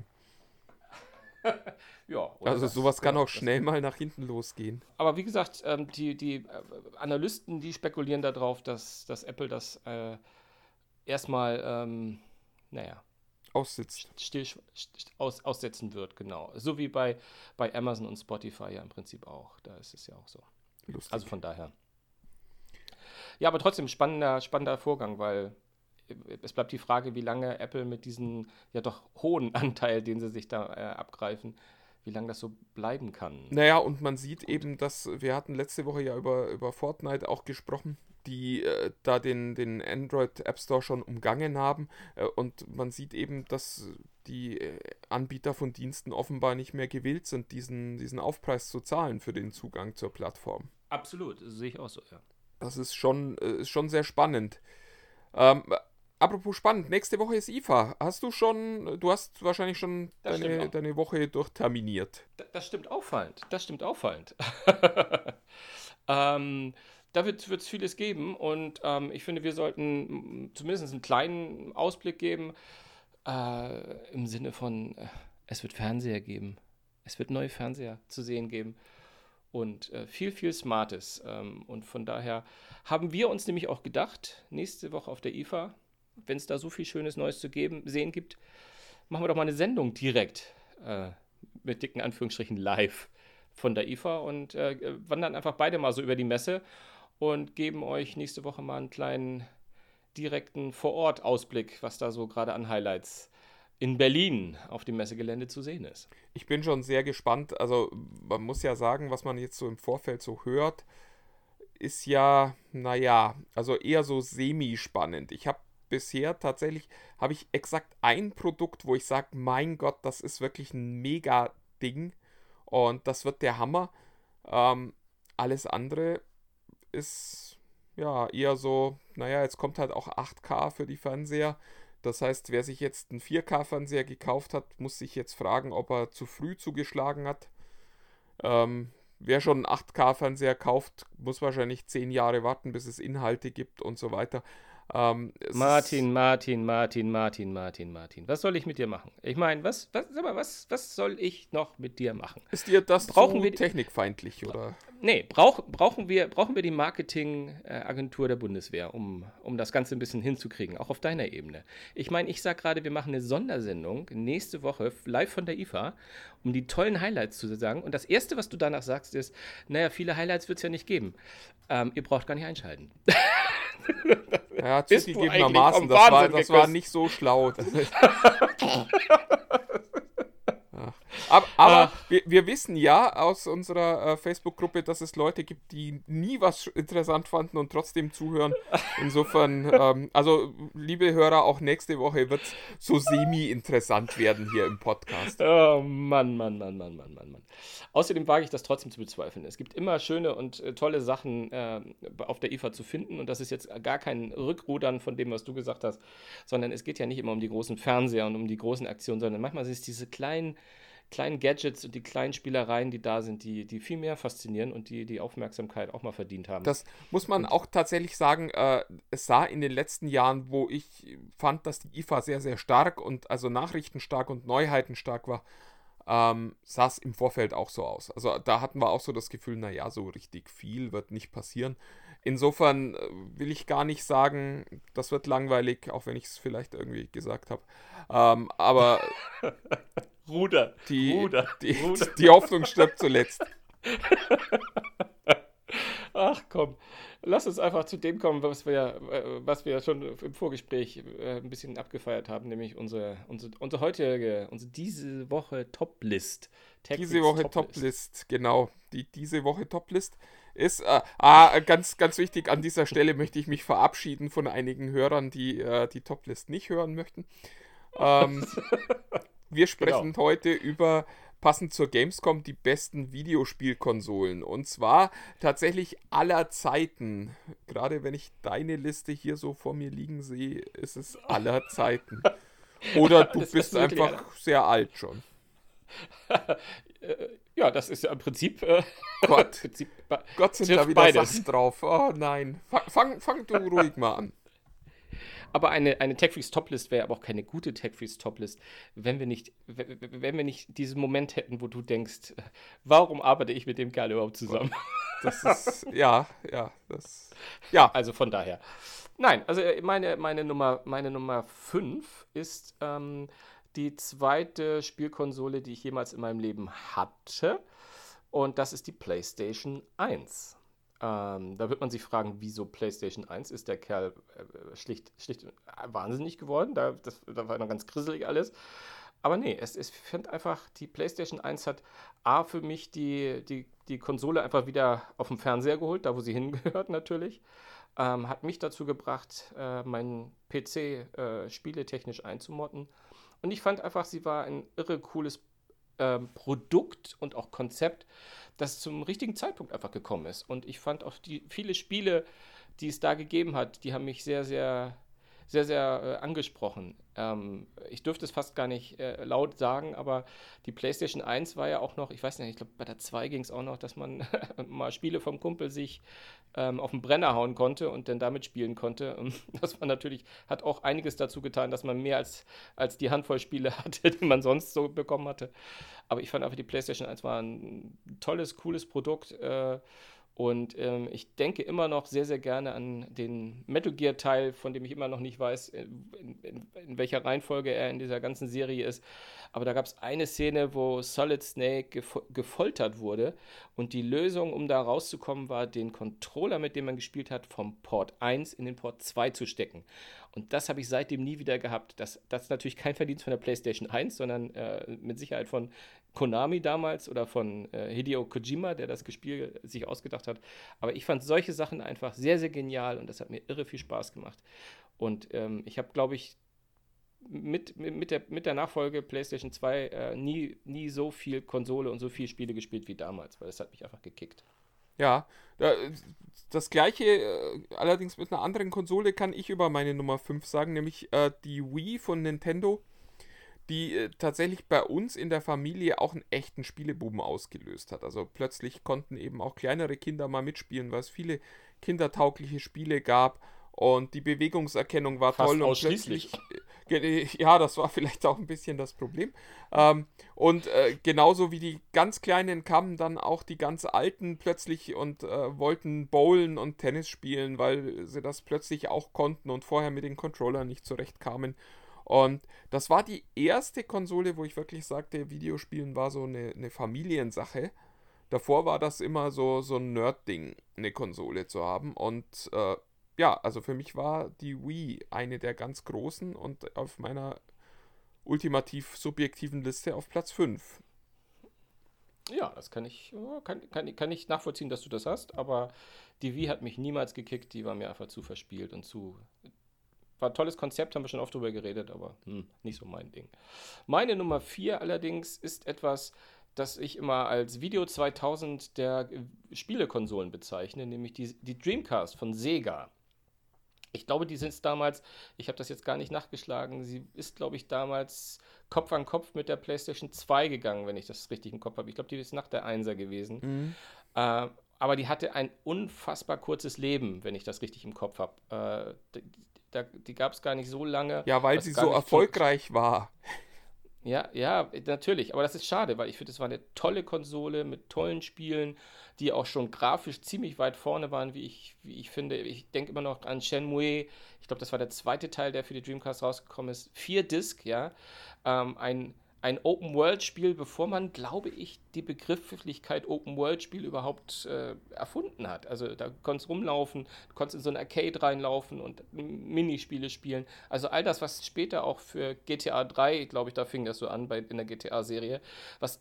Ja, also sowas kann auch schnell mal nach hinten losgehen. Aber wie gesagt, die Analysten, die spekulieren darauf, dass Apple das erstmal, aussitzt. Aussetzen wird, genau. So wie bei Amazon und Spotify ja im Prinzip auch. Da ist es ja auch so. Lustig. Also von daher. Ja, aber trotzdem spannender Vorgang, weil es bleibt die Frage, wie lange Apple mit diesem ja doch hohen Anteil, den sie sich da abgreifen, wie lange das so bleiben kann. Naja, und man sieht eben, dass wir hatten letzte Woche ja über Fortnite auch gesprochen, die da den Android App Store schon umgangen haben. Und man sieht eben, dass die Anbieter von Diensten offenbar nicht mehr gewillt sind, diesen Aufpreis zu zahlen für den Zugang zur Plattform. Absolut, das sehe ich auch so, ja. Das ist schon sehr spannend. Apropos spannend, nächste Woche ist IFA. Du hast wahrscheinlich schon deine Woche durchterminiert. Das stimmt auffallend. da wird es vieles geben und ich finde, wir sollten zumindest einen kleinen Ausblick geben, im Sinne von, es wird Fernseher geben. Es wird neue Fernseher zu sehen geben und viel, viel Smartes. Und von daher haben wir uns nämlich auch gedacht, nächste Woche auf der IFA, wenn es da so viel schönes Neues zu sehen gibt, machen wir doch mal eine Sendung direkt mit dicken Anführungsstrichen live von der IFA und wandern einfach beide mal so über die Messe und geben euch nächste Woche mal einen kleinen direkten Vor-Ort-Ausblick, was da so gerade an Highlights in Berlin auf dem Messegelände zu sehen ist. Ich bin schon sehr gespannt. Also man muss ja sagen, was man jetzt so im Vorfeld so hört, ist ja, naja, also eher so semi-spannend. Ich habe bisher tatsächlich, habe ich exakt ein Produkt, wo ich sage, mein Gott, das ist wirklich ein Mega-Ding und das wird der Hammer. Alles andere ist ja eher so, naja, jetzt kommt halt auch 8K für die Fernseher. Das heißt, wer sich jetzt einen 4K-Fernseher gekauft hat, muss sich jetzt fragen, ob er zu früh zugeschlagen hat. Wer schon einen 8K-Fernseher kauft, muss wahrscheinlich 10 Jahre warten, bis es Inhalte gibt und so weiter. Martin. Was soll ich mit dir machen? Ich meine, was soll ich noch mit dir machen? Ist dir das Brauchen zu wir technikfeindlich, oder? Nee, brauchen wir die Marketingagentur der Bundeswehr, um das Ganze ein bisschen hinzukriegen, auch auf deiner Ebene. Ich meine, ich sage gerade, wir machen eine Sondersendung nächste Woche live von der IFA, um die tollen Highlights zu sagen. Und das Erste, was du danach sagst, ist, naja, viele Highlights wird es ja nicht geben. Ihr braucht gar nicht einschalten. Ja, Bist du zugegebenermaßen, eigentlich vom das Wahnsinn war geküsst? nicht so schlau. Aber wir wissen ja aus unserer Facebook-Gruppe, dass es Leute gibt, die nie was interessant fanden und trotzdem zuhören. Insofern, also liebe Hörer, auch nächste Woche wird es so semi-interessant werden hier im Podcast. Oh Mann. Außerdem wage ich das trotzdem zu bezweifeln. Es gibt immer schöne und tolle Sachen auf der IFA zu finden und das ist jetzt gar kein Rückrudern von dem, was du gesagt hast, sondern es geht ja nicht immer um die großen Fernseher und um die großen Aktionen, sondern manchmal sind es diese kleinen Gadgets und die kleinen Spielereien, die da sind, die viel mehr faszinieren und die Aufmerksamkeit auch mal verdient haben. Das muss man auch tatsächlich sagen, es sah in den letzten Jahren, wo ich fand, dass die IFA sehr, sehr stark und also nachrichtenstark und neuheitenstark war, sah es im Vorfeld auch so aus. Also da hatten wir auch so das Gefühl, naja, so richtig viel wird nicht passieren. Insofern will ich gar nicht sagen, das wird langweilig, auch wenn ich es vielleicht irgendwie gesagt habe. Aber Ruder. die Hoffnung stirbt zuletzt. Ach komm, lass uns einfach zu dem kommen, was wir schon im Vorgespräch ein bisschen abgefeiert haben, nämlich unsere diese Woche Top-List. Diese Woche Top-List, genau. Diese Woche Top-List ist, ganz, ganz wichtig, an dieser Stelle möchte ich mich verabschieden von einigen Hörern, die die Top-List nicht hören möchten. Wir sprechen heute über, passend zur Gamescom, die besten Videospielkonsolen. Und zwar tatsächlich aller Zeiten. Gerade wenn ich deine Liste hier so vor mir liegen sehe, ist es aller Zeiten. Oder du bist einfach sehr alt schon. Ja, das ist ja im Prinzip... Gott sind da wieder beides. Sachen drauf. Oh nein. Fang du ruhig mal an. Aber eine TechFreaks Toplist wäre aber auch keine gute TechFreaks Toplist, wenn wir nicht diesen Moment hätten, wo du denkst, warum arbeite ich mit dem Kerl überhaupt zusammen? Das ist, ja. Also von daher. Nein, also meine Nummer 5 ist die zweite Spielkonsole, die ich jemals in meinem Leben hatte. Und das ist die PlayStation 1. Da wird man sich fragen, wieso PlayStation 1? Ist der Kerl schlicht wahnsinnig geworden? Da war noch ganz grisselig alles. Aber nee, ich finde einfach, die PlayStation 1 hat für mich die Konsole einfach wieder auf den Fernseher geholt, da wo sie hingehört natürlich. Hat mich dazu gebracht, meinen PC spieletechnisch einzumotten. Und ich fand einfach, sie war ein irre cooles Produkt und auch Konzept, das zum richtigen Zeitpunkt einfach gekommen ist. Und ich fand auch viele Spiele, die es da gegeben hat, die haben mich sehr, sehr, sehr, sehr angesprochen. Ich dürfte es fast gar nicht laut sagen, aber die PlayStation 1 war ja auch noch, ich weiß nicht, ich glaube bei der 2 ging es auch noch, dass man mal Spiele vom Kumpel sich auf den Brenner hauen konnte und dann damit spielen konnte. Das war natürlich, hat auch einiges dazu getan, dass man mehr als die Handvoll Spiele hatte, die man sonst so bekommen hatte. Aber ich fand einfach, die PlayStation 1 war ein tolles, cooles Produkt. Und ich denke immer noch sehr, sehr gerne an den Metal Gear-Teil, von dem ich immer noch nicht weiß, in welcher Reihenfolge er in dieser ganzen Serie ist. Aber da gab es eine Szene, wo Solid Snake gefoltert wurde. Und die Lösung, um da rauszukommen, war, den Controller, mit dem man gespielt hat, vom Port 1 in den Port 2 zu stecken. Und das habe ich seitdem nie wieder gehabt. Das ist natürlich kein Verdienst von der PlayStation 1, sondern mit Sicherheit von Konami damals oder von Hideo Kojima, der das Spiel sich ausgedacht hat. Aber ich fand solche Sachen einfach sehr, sehr genial und das hat mir irre viel Spaß gemacht. Und ich habe, glaube ich, mit der Nachfolge PlayStation 2 nie so viel Konsole und so viele Spiele gespielt wie damals, weil das hat mich einfach gekickt. Ja, das gleiche, allerdings mit einer anderen Konsole, kann ich über meine Nummer 5 sagen, nämlich die Wii von Nintendo, die tatsächlich bei uns in der Familie auch einen echten Spielebuben ausgelöst hat. Also plötzlich konnten eben auch kleinere Kinder mal mitspielen, weil es viele kindertaugliche Spiele gab und die Bewegungserkennung war Fast toll und ausschließlich. ja, das war vielleicht auch ein bisschen das Problem. Und genauso wie die ganz Kleinen kamen dann auch die ganz Alten plötzlich und wollten bowlen und Tennis spielen, weil sie das plötzlich auch konnten und vorher mit den Controllern nicht zurechtkamen. Und das war die erste Konsole, wo ich wirklich sagte, Videospielen war so eine Familiensache. Davor war das immer so ein Nerd-Ding, eine Konsole zu haben. Und ja, also für mich war die Wii eine der ganz großen und auf meiner ultimativ subjektiven Liste auf Platz 5. Ja, das kann ich nachvollziehen, dass du das hast, aber die Wii hat mich niemals gekickt, die war mir einfach zu verspielt und war ein tolles Konzept, haben wir schon oft drüber geredet, aber nicht so mein Ding. Meine Nummer 4 allerdings ist etwas, das ich immer als Video 2000 der Spielekonsolen bezeichne, nämlich die Dreamcast von Sega. Ich glaube, die sind es damals, ich habe das jetzt gar nicht nachgeschlagen, sie ist, glaube ich, damals Kopf an Kopf mit der PlayStation 2 gegangen, wenn ich das richtig im Kopf habe. Ich glaube, die ist nach der 1er gewesen. Aber die hatte ein unfassbar kurzes Leben, wenn ich das richtig im Kopf habe. Die gab es gar nicht so lange. Ja, weil sie so erfolgreich war. Ja, natürlich. Aber das ist schade, weil ich finde, es war eine tolle Konsole mit tollen Spielen, die auch schon grafisch ziemlich weit vorne waren, wie ich finde. Ich denke immer noch an Shenmue. Ich glaube, das war der zweite Teil, der für die Dreamcast rausgekommen ist. 4-Disc, ja. Ein Open-World-Spiel, bevor man, glaube ich, die Begrifflichkeit Open-World-Spiel überhaupt erfunden hat. Also da konntest du rumlaufen, du konntest in so ein Arcade reinlaufen und Minispiele spielen. Also all das, was später auch für GTA 3, glaube ich, da fing das so an in der GTA-Serie, was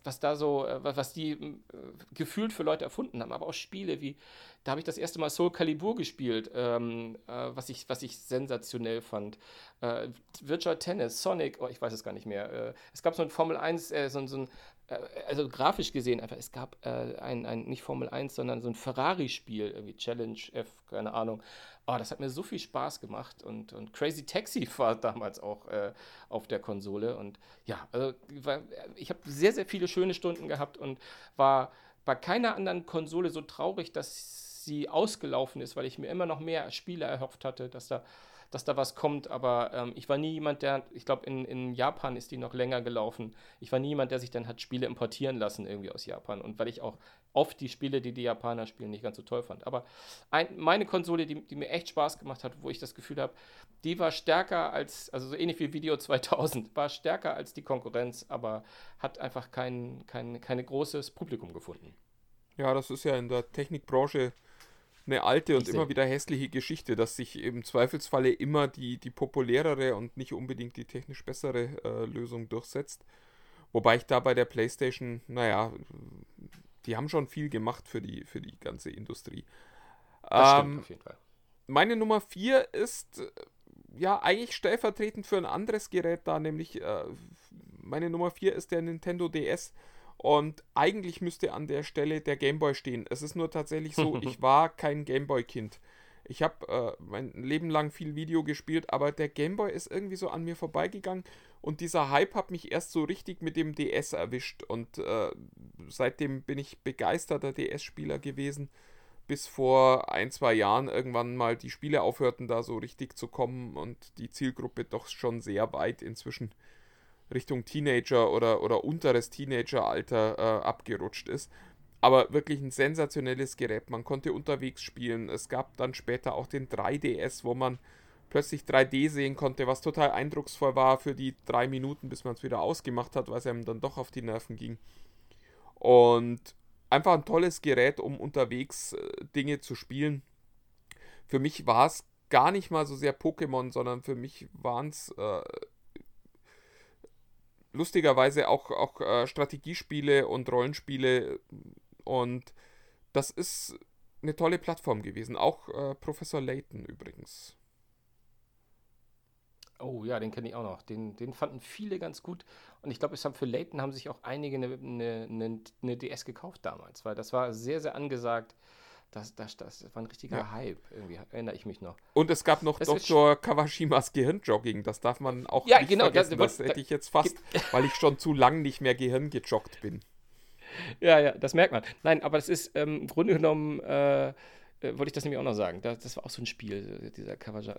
die gefühlt für Leute erfunden haben. Aber auch Spiele wie, da habe ich das erste Mal Soul Calibur gespielt, was ich sensationell fand. Virtual Tennis, Sonic, ich weiß es gar nicht mehr. Es gab so ein Formel 1, also grafisch gesehen einfach, es gab nicht Formel 1, sondern so ein Ferrari-Spiel, irgendwie Challenge F, keine Ahnung. Oh, das hat mir so viel Spaß gemacht und Crazy Taxi war damals auch auf der Konsole und ja, also ich habe sehr, sehr viele schöne Stunden gehabt und war bei keiner anderen Konsole so traurig, dass sie ausgelaufen ist, weil ich mir immer noch mehr Spiele erhofft hatte, dass da was kommt, aber ich war nie jemand, ich glaube, in Japan ist die noch länger gelaufen. Ich war nie jemand, der sich dann hat Spiele importieren lassen irgendwie aus Japan und weil ich auch oft die Spiele, die Japaner spielen, nicht ganz so toll fand. Aber meine Konsole, die mir echt Spaß gemacht hat, wo ich das Gefühl habe, die war stärker also so ähnlich wie Video 2000, war stärker als die Konkurrenz, aber hat einfach kein großes Publikum gefunden. Ja, das ist ja in der Technikbranche eine alte und immer wieder hässliche Geschichte, dass sich im Zweifelsfalle immer die populärere und nicht unbedingt die technisch bessere Lösung durchsetzt. Wobei ich da bei der PlayStation, naja, die haben schon viel gemacht für die ganze Industrie. Das stimmt auf jeden Fall. Meine Nummer 4 ist ja eigentlich stellvertretend für ein anderes Gerät da, nämlich meine Nummer 4 ist der Nintendo DS. Und eigentlich müsste an der Stelle der Gameboy stehen. Es ist nur tatsächlich so, ich war kein Gameboy-Kind. Ich habe mein Leben lang viel Video gespielt, aber der Gameboy ist irgendwie so an mir vorbeigegangen und dieser Hype hat mich erst so richtig mit dem DS erwischt und seitdem bin ich begeisterter DS-Spieler gewesen, bis vor 1-2 Jahren irgendwann mal die Spiele aufhörten, da so richtig zu kommen und die Zielgruppe doch schon sehr weit inzwischen Richtung Teenager oder unteres Teenageralter abgerutscht ist. Aber wirklich ein sensationelles Gerät. Man konnte unterwegs spielen. Es gab dann später auch den 3DS, wo man plötzlich 3D sehen konnte, was total eindrucksvoll war für die 3 Minuten, bis man es wieder ausgemacht hat, weil es einem dann doch auf die Nerven ging. Und einfach ein tolles Gerät, um unterwegs Dinge zu spielen. Für mich war es gar nicht mal so sehr Pokémon, sondern für mich waren es lustigerweise auch Strategiespiele und Rollenspiele. Und das ist eine tolle Plattform gewesen. Auch Professor Layton übrigens. Oh ja, den kenne ich auch noch. Den fanden viele ganz gut. Und ich glaube, für Layton haben sich auch einige eine DS gekauft damals, weil das war sehr, sehr angesagt. Das war ein richtiger Hype, irgendwie erinnere ich mich noch. Und es gab noch Das Dr. Kawashimas Gehirnjogging, das darf man auch Ja, nicht genau, vergessen. Das hätte ich jetzt fast, weil ich schon zu lang nicht mehr Gehirn gejoggt bin. Ja, das merkt man. Nein, aber das ist im Grunde genommen, wollte ich das nämlich auch noch sagen. Das war auch so ein Spiel, dieser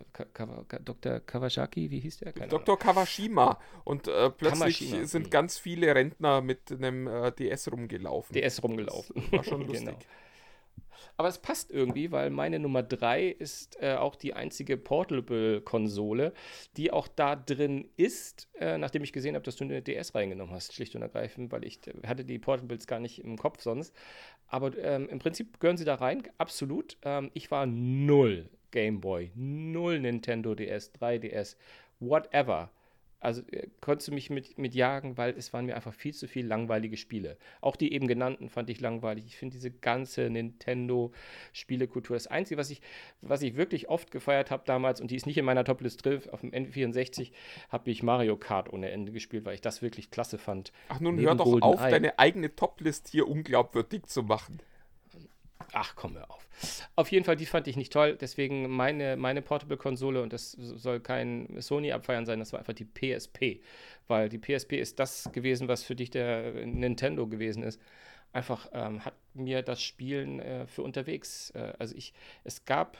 Dr. Kawasaki, wie hieß der? Keine Ahnung. Dr. Kawashima. Und plötzlich Kawashima, sind ganz viele Rentner mit einem DS rumgelaufen. DS rumgelaufen. Das war schon lustig. Genau. Aber es passt irgendwie, weil meine Nummer 3 ist auch die einzige Portable-Konsole, die auch da drin ist, nachdem ich gesehen habe, dass du eine DS reingenommen hast, schlicht und ergreifend, weil ich hatte die Portables gar nicht im Kopf sonst. Aber im Prinzip gehören sie da rein, absolut. Ich war null Gameboy, null Nintendo DS, 3DS, whatever. Also konntest du mich mit jagen, weil es waren mir einfach viel zu viele langweilige Spiele. Auch die eben genannten fand ich langweilig. Ich finde diese ganze Nintendo-Spielekultur, das Einzige, was ich wirklich oft gefeiert habe damals, und die ist nicht in meiner Toplist drin, auf dem N64 habe ich Mario Kart ohne Ende gespielt, weil ich das wirklich klasse fand. Ach nun, Neben hör doch Golden auf, Eye. deine eigene Toplist hier unglaubwürdig zu machen. Ach, komm, hör auf. Auf jeden Fall, die fand ich nicht toll. Deswegen meine Portable-Konsole, und das soll kein Sony-Abfeiern sein, das war einfach die PSP. Weil die PSP ist das gewesen, was für dich der Nintendo gewesen ist. Einfach hat mir das Spielen für unterwegs. Es gab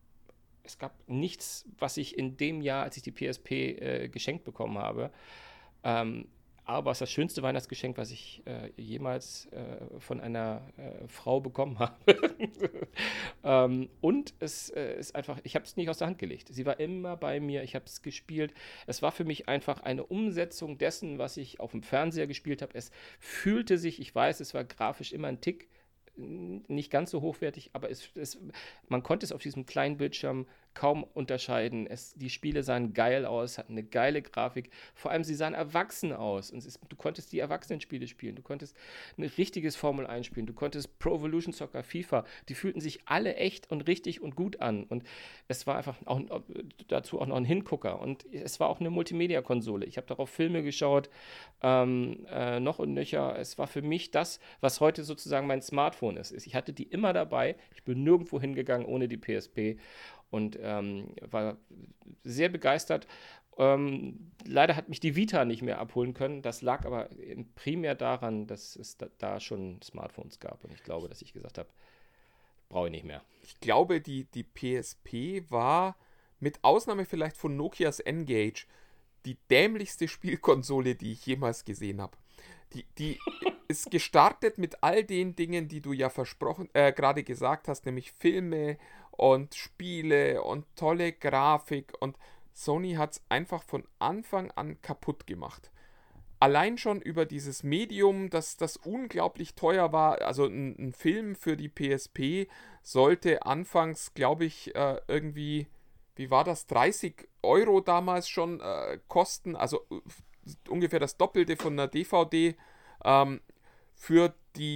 nichts, was ich in dem Jahr, als ich die PSP geschenkt bekommen habe, aber es ist das schönste Weihnachtsgeschenk, was ich jemals von einer Frau bekommen habe. Und es ist einfach, ich habe es nicht aus der Hand gelegt. Sie war immer bei mir, ich habe es gespielt. Es war für mich einfach eine Umsetzung dessen, was ich auf dem Fernseher gespielt habe. Es fühlte sich, ich weiß, es war grafisch immer ein Tick nicht ganz so hochwertig, aber man konnte es auf diesem kleinen Bildschirm kaum unterscheiden. Die Spiele sahen geil aus, hatten eine geile Grafik. Vor allem, sie sahen erwachsen aus. Und du konntest die Erwachsenenspiele spielen. Du konntest ein richtiges Formel 1 spielen. Du konntest Pro Evolution Soccer, FIFA. Die fühlten sich alle echt und richtig und gut an. Und es war einfach dazu auch noch ein Hingucker. Und es war auch eine Multimedia-Konsole. Ich habe darauf Filme geschaut, noch und nöcher. Es war für mich das, was heute sozusagen mein Smartphone ist. Ich hatte die immer dabei. Ich bin nirgendwo hingegangen ohne die PSP. Und war sehr begeistert. Leider hat mich die Vita nicht mehr abholen können. Das lag aber primär daran, dass es da schon Smartphones gab. Und ich glaube, dass ich gesagt habe, brauche ich nicht mehr. Ich glaube, die PSP war, mit Ausnahme vielleicht von Nokias N-Gage, die dämlichste Spielkonsole, die ich jemals gesehen habe. Die ist gestartet mit all den Dingen, die du ja gerade gesagt hast, nämlich Filme und Spiele und tolle Grafik, und Sony hat es einfach von Anfang an kaputt gemacht. Allein schon über dieses Medium, das unglaublich teuer war. Also ein Film für die PSP sollte anfangs, glaube ich, irgendwie, wie war das, 30 € damals schon kosten. Also ungefähr das Doppelte von einer DVD. Für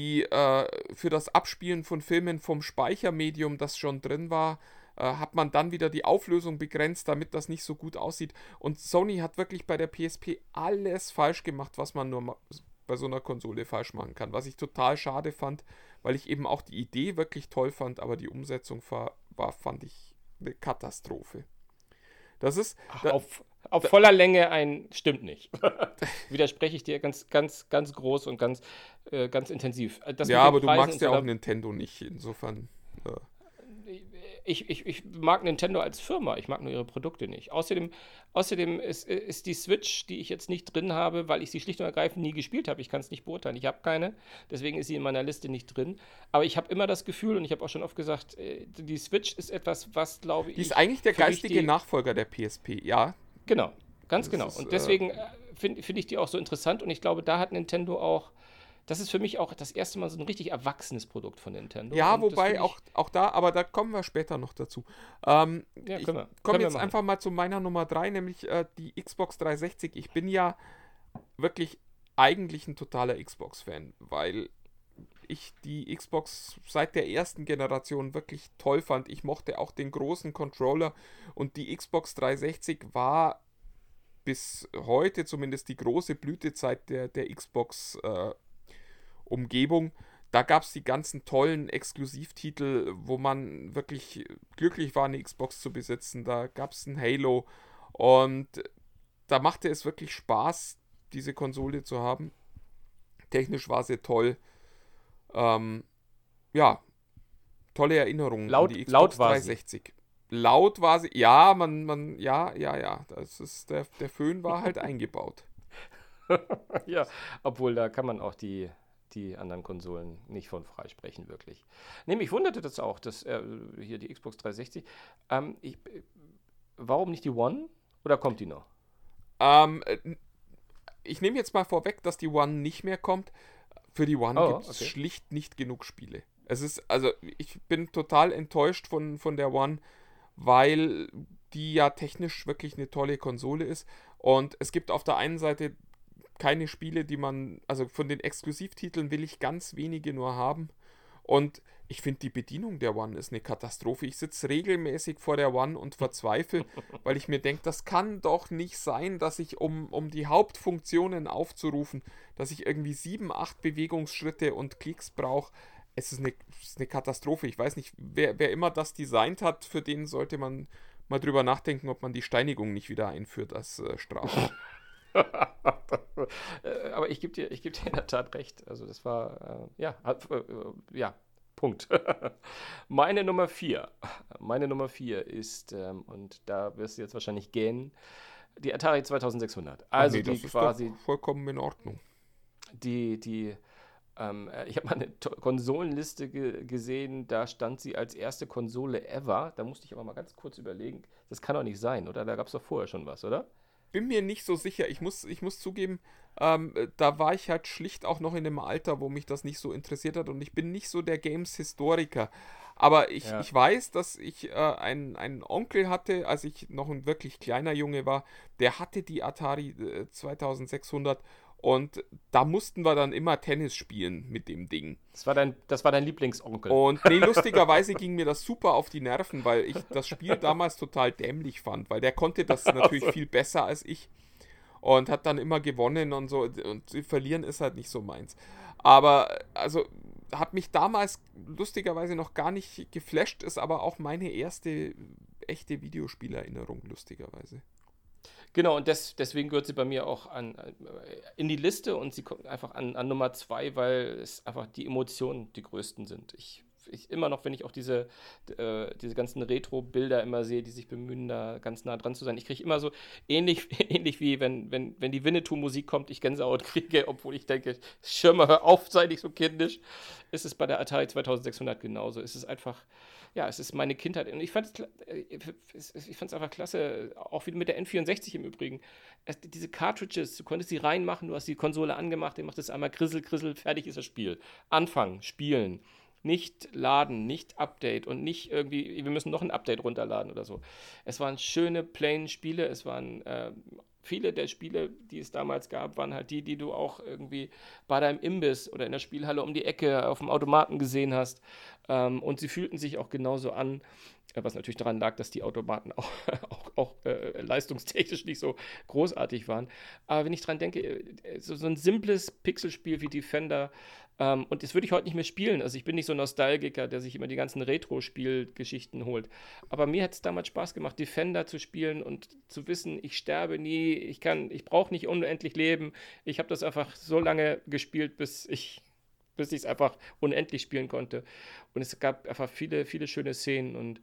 das Abspielen von Filmen vom Speichermedium, das schon drin war, hat man dann wieder die Auflösung begrenzt, damit das nicht so gut aussieht. Und Sony hat wirklich bei der PSP alles falsch gemacht, was man nur bei so einer Konsole falsch machen kann. Was ich total schade fand, weil ich eben auch die Idee wirklich toll fand, aber die Umsetzung fand ich eine Katastrophe. Das ist... Auf voller Länge stimmt nicht. Widerspreche ich dir ganz, ganz, ganz groß und ganz, ganz intensiv. Das ja, mit den aber du Preisen magst ja auch Nintendo nicht, insofern... Ich mag Nintendo als Firma, ich mag nur ihre Produkte nicht. Außerdem ist die Switch, die ich jetzt nicht drin habe, weil ich sie schlicht und ergreifend nie gespielt habe. Ich kann es nicht beurteilen. Ich habe keine, deswegen ist sie in meiner Liste nicht drin. Aber ich habe immer das Gefühl, und ich habe auch schon oft gesagt, die Switch ist etwas, was, glaube ich... Die ist eigentlich der geistige Nachfolger der PSP, ja. Genau, ganz genau. Ist, und deswegen find ich die auch so interessant und ich glaube, da hat Nintendo auch... Das ist für mich auch das erste Mal so ein richtig erwachsenes Produkt von Nintendo. Ja, und wobei auch da, aber da kommen wir später noch dazu. Ich komme jetzt einfach mal zu meiner Nummer 3, nämlich die Xbox 360. Ich bin ja wirklich eigentlich ein totaler Xbox-Fan, weil ich die Xbox seit der ersten Generation wirklich toll fand. Ich mochte auch den großen Controller und die Xbox 360 war bis heute zumindest die große Blütezeit der Xbox Umgebung. Da gab es die ganzen tollen Exklusivtitel, wo man wirklich glücklich war, eine Xbox zu besitzen. Da gab es ein Halo und da machte es wirklich Spaß, diese Konsole zu haben. Technisch war sie toll. Ja, tolle Erinnerungen an die Xbox 360. Laut war sie, ja, ja. Das ist, der Föhn war halt eingebaut. Ja, obwohl da kann man auch die anderen Konsolen nicht von freisprechen, wirklich. Nee, mich wunderte das auch, dass hier die Xbox 360, warum nicht die One? Oder kommt die noch? Ich nehme jetzt mal vorweg, dass die One nicht mehr kommt. Für die One gibt es schlicht nicht genug Spiele. Ich bin total enttäuscht von der One, weil die ja technisch wirklich eine tolle Konsole ist. Und es gibt auf der einen Seite keine Spiele, also von den Exklusivtiteln will ich ganz wenige nur haben. Und ich finde, die Bedienung der One ist eine Katastrophe. Ich sitze regelmäßig vor der One und verzweifle, weil ich mir denke, das kann doch nicht sein, dass ich, um die Hauptfunktionen aufzurufen, dass ich irgendwie 7, 8 Bewegungsschritte und Klicks brauche. Es ist eine Katastrophe. Ich weiß nicht, wer immer das designt hat, für den sollte man mal drüber nachdenken, ob man die Steinigung nicht wieder einführt als Strafe. Aber ich gebe dir in der Tat recht. Also das war, Punkt. Meine Nummer 4 ist, und da wirst du jetzt wahrscheinlich gähnen, die Atari 2600. Also das ist doch vollkommen in Ordnung. Ich habe mal eine Konsolenliste gesehen, da stand sie als erste Konsole ever. Da musste ich aber mal ganz kurz überlegen. Das kann doch nicht sein, oder? Da gab es doch vorher schon was, oder? Bin mir nicht so sicher. Ich muss zugeben, da war ich halt schlicht auch noch in einem Alter, wo mich das nicht so interessiert hat und ich bin nicht so der Games-Historiker. Aber ich weiß, dass ich einen Onkel hatte, als ich noch ein wirklich kleiner Junge war, der hatte die Atari 2600 und da mussten wir dann immer Tennis spielen mit dem Ding. Das war dein Lieblingsonkel. Und nee, lustigerweise ging mir das super auf die Nerven, weil ich das Spiel damals total dämlich fand, weil der konnte das natürlich viel besser als ich und hat dann immer gewonnen und so, und verlieren ist halt nicht so meins. Aber, also, hat mich damals lustigerweise noch gar nicht geflasht, ist aber auch meine erste echte Videospielerinnerung, lustigerweise. Genau, und deswegen gehört sie bei mir auch in die Liste und sie kommt einfach an Nummer 2, weil es einfach die Emotionen die größten sind. Ich immer noch, wenn ich auch diese ganzen Retro-Bilder immer sehe, die sich bemühen, da ganz nah dran zu sein, ich kriege immer so ähnlich wie wenn die Winnetou-Musik kommt, ich Gänsehaut kriege, obwohl ich denke, Schirme, hör auf, sei nicht so kindisch. Ist es bei der Atari 2600 genauso. Es ist einfach, ja, es ist meine Kindheit. Und ich fand es einfach klasse, auch wie mit der N64 im Übrigen. Diese Cartridges, du konntest sie reinmachen, du hast die Konsole angemacht, du machst es einmal krissel, fertig ist das Spiel. Anfangen, spielen. Nicht laden, nicht Update und nicht irgendwie, wir müssen noch ein Update runterladen oder so. Es waren schöne, plain Spiele, es waren viele der Spiele, die es damals gab, waren halt die du auch irgendwie bei deinem Imbiss oder in der Spielhalle um die Ecke auf dem Automaten gesehen hast. Und sie fühlten sich auch genauso an. Was natürlich daran lag, dass die Automaten auch leistungstechnisch nicht so großartig waren. Aber wenn ich dran denke, so ein simples Pixelspiel wie Defender, und das würde ich heute nicht mehr spielen. Also ich bin nicht so ein Nostalgiker, der sich immer die ganzen Retro-Spielgeschichten holt. Aber mir hat es damals Spaß gemacht, Defender zu spielen und zu wissen, ich sterbe nie, ich brauche nicht unendlich leben. Ich habe das einfach so lange gespielt, bis ich es einfach unendlich spielen konnte. Und es gab einfach viele, viele schöne Szenen und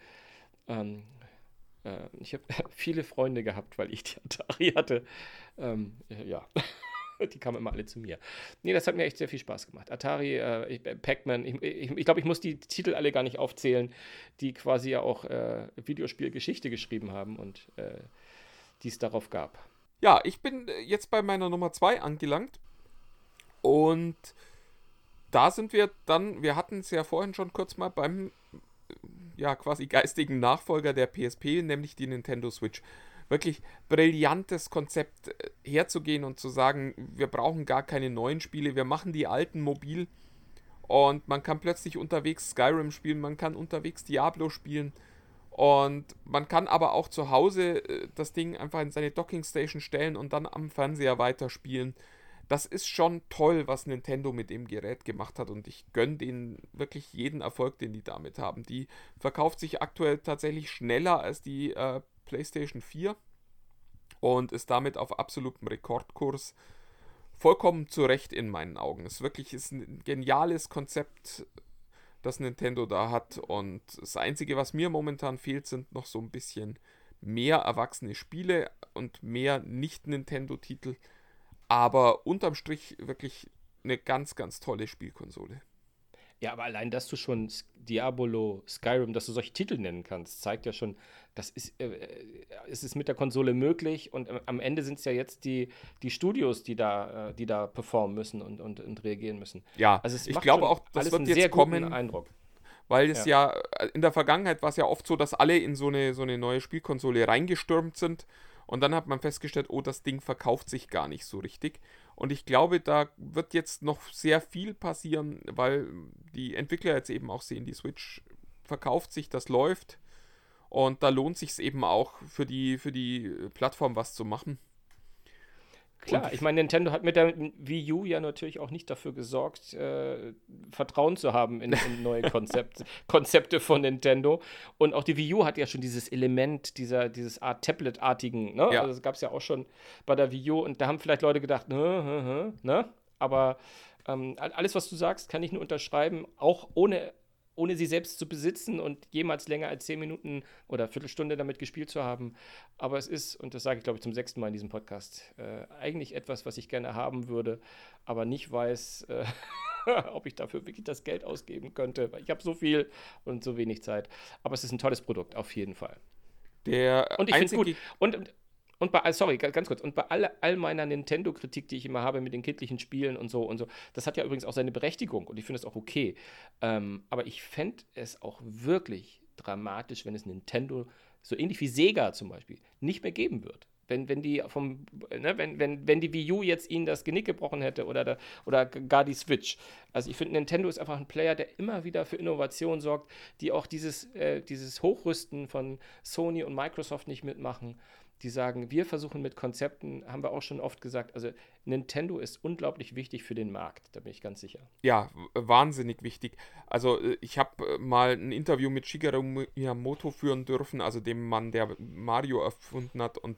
ich habe viele Freunde gehabt, weil ich die Atari hatte. Ja, die kamen immer alle zu mir. Nee, das hat mir echt sehr viel Spaß gemacht. Atari, Pac-Man, ich glaube, ich muss die Titel alle gar nicht aufzählen, die quasi ja auch Videospielgeschichte geschrieben haben und die es darauf gab. Ja, ich bin jetzt bei meiner Nummer 2 angelangt und da sind wir dann, wir hatten es ja vorhin schon kurz mal beim quasi geistigen Nachfolger der PSP, nämlich die Nintendo Switch. Wirklich brillantes Konzept, herzugehen und zu sagen, wir brauchen gar keine neuen Spiele, wir machen die alten mobil und man kann plötzlich unterwegs Skyrim spielen, man kann unterwegs Diablo spielen und man kann aber auch zu Hause das Ding einfach in seine Dockingstation stellen und dann am Fernseher weiterspielen. Das ist schon toll, was Nintendo mit dem Gerät gemacht hat und ich gönne denen wirklich jeden Erfolg, den die damit haben. Die verkauft sich aktuell tatsächlich schneller als die PlayStation 4 und ist damit auf absolutem Rekordkurs. Vollkommen zu Recht in meinen Augen. Es ist ein geniales Konzept, das Nintendo da hat und das Einzige, was mir momentan fehlt, sind noch so ein bisschen mehr erwachsene Spiele und mehr Nicht-Nintendo-Titel. Aber unterm Strich wirklich eine ganz, ganz tolle Spielkonsole. Ja, aber allein, dass du schon Diablo, Skyrim, dass du solche Titel nennen kannst, zeigt ja schon, es ist mit der Konsole möglich und am Ende sind es ja jetzt die Studios, die da performen müssen und reagieren müssen. Ja, also es ich macht glaube schon auch, das alles wird einen jetzt sehr kommen, guten Eindruck. weil es ja, in der Vergangenheit war es ja oft so, dass alle in so eine neue Spielkonsole reingestürmt sind und dann hat man festgestellt, oh, das Ding verkauft sich gar nicht so richtig. Und ich glaube, da wird jetzt noch sehr viel passieren, weil die Entwickler jetzt eben auch sehen, die Switch verkauft sich, das läuft. Und da lohnt sich es eben auch für die Plattform was zu machen. Klar, ich meine, Nintendo hat mit der Wii U ja natürlich auch nicht dafür gesorgt, Vertrauen zu haben in neue Konzepte von Nintendo. Und auch die Wii U hat ja schon dieses Element dieses Art Tablet-artigen, ne? Ja. Also das gab es ja auch schon bei der Wii U und da haben vielleicht Leute gedacht, ne? Aber alles, was du sagst, kann ich nur unterschreiben, auch ohne sie selbst zu besitzen und jemals länger als 10 Minuten oder Viertelstunde damit gespielt zu haben. Aber es ist, und das sage ich, glaube ich, zum 6. Mal in diesem Podcast, eigentlich etwas, was ich gerne haben würde, aber nicht weiß, ob ich dafür wirklich das Geld ausgeben könnte. Weil ich habe so viel und so wenig Zeit. Aber es ist ein tolles Produkt, auf jeden Fall. Und ich finde es gut. Und ganz kurz, und bei all meiner Nintendo-Kritik, die ich immer habe mit den kindlichen Spielen und so, das hat ja übrigens auch seine Berechtigung und ich finde es auch okay. Aber ich fände es auch wirklich dramatisch, wenn es Nintendo, so ähnlich wie Sega zum Beispiel, nicht mehr geben wird. Wenn die wenn die Wii U jetzt ihnen das Genick gebrochen hätte oder gar die Switch. Also ich finde, Nintendo ist einfach ein Player, der immer wieder für Innovation sorgt, die auch dieses Hochrüsten von Sony und Microsoft nicht mitmachen. Die sagen, wir versuchen mit Konzepten, haben wir auch schon oft gesagt, also Nintendo ist unglaublich wichtig für den Markt, da bin ich ganz sicher. Ja, wahnsinnig wichtig. Also ich habe mal ein Interview mit Shigeru Miyamoto führen dürfen, also dem Mann, der Mario erfunden hat und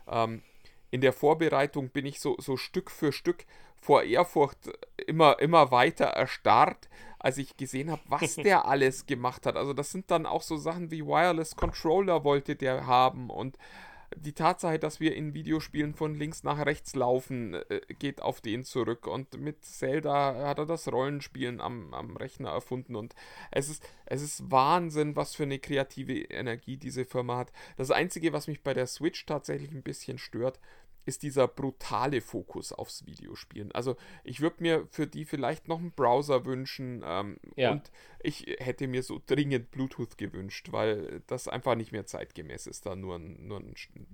in der Vorbereitung bin ich so Stück für Stück vor Ehrfurcht immer weiter erstarrt, als ich gesehen habe, was der alles gemacht hat. Also das sind dann auch so Sachen wie Wireless Controller wollte der haben und die Tatsache, dass wir in Videospielen von links nach rechts laufen, geht auf den zurück. Und mit Zelda hat er das Rollenspielen am Rechner erfunden. Und es ist Wahnsinn, was für eine kreative Energie diese Firma hat. Das Einzige, was mich bei der Switch tatsächlich ein bisschen stört, ist dieser brutale Fokus aufs Videospielen. Also ich würde mir für die vielleicht noch einen Browser wünschen und ich hätte mir so dringend Bluetooth gewünscht, weil das einfach nicht mehr zeitgemäß ist, da nur einen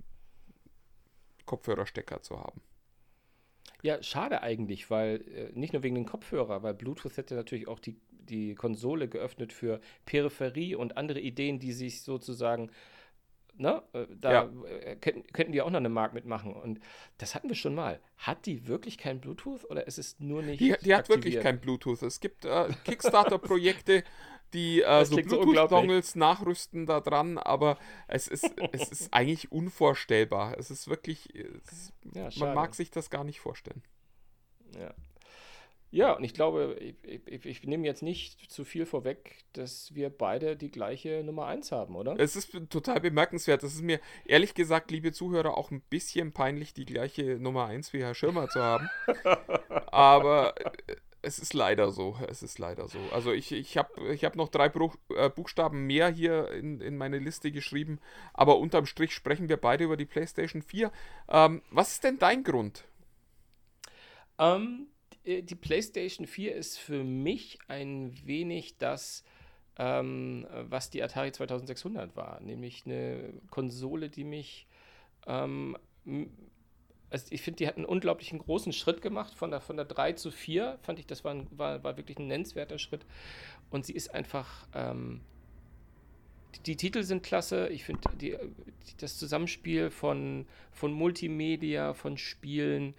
Kopfhörerstecker zu haben. Ja, schade eigentlich, weil nicht nur wegen den Kopfhörer, weil Bluetooth hätte natürlich auch die Konsole geöffnet für Peripherie und andere Ideen, die sich sozusagen, ne, könnten die auch noch eine Mark mitmachen. Und das hatten wir schon mal. Hat die wirklich kein Bluetooth oder ist es nur nicht Die hat aktiviert? wirklich kein Bluetooth. Es gibt Kickstarter-Projekte, die so klingt so Bluetooth-Dongles nachrüsten da dran, aber es ist eigentlich unvorstellbar. Es ist wirklich, Ja, man schade. mag sich das gar nicht vorstellen. Ja. Ja, und ich glaube, ich nehme jetzt nicht zu viel vorweg, dass wir beide die gleiche Nummer 1 haben, oder? Es ist total bemerkenswert. Es ist mir ehrlich gesagt, liebe Zuhörer, auch ein bisschen peinlich, die gleiche Nummer 1 wie Herr Schirmer zu haben. Aber es ist leider so. Es ist leider so. Also ich hab noch 3 Buchstaben mehr hier in meine Liste geschrieben, aber unterm Strich sprechen wir beide über die PlayStation 4. Was ist denn dein Grund? Die PlayStation 4 ist für mich ein wenig das, was die Atari 2600 war, nämlich eine Konsole, die mich, also ich finde, die hat einen unglaublichen großen Schritt gemacht von der 3 zu 4, fand ich, das war wirklich ein nennenswerter Schritt und sie ist einfach, die Titel sind klasse, ich finde das Zusammenspiel von Multimedia, von Spielen,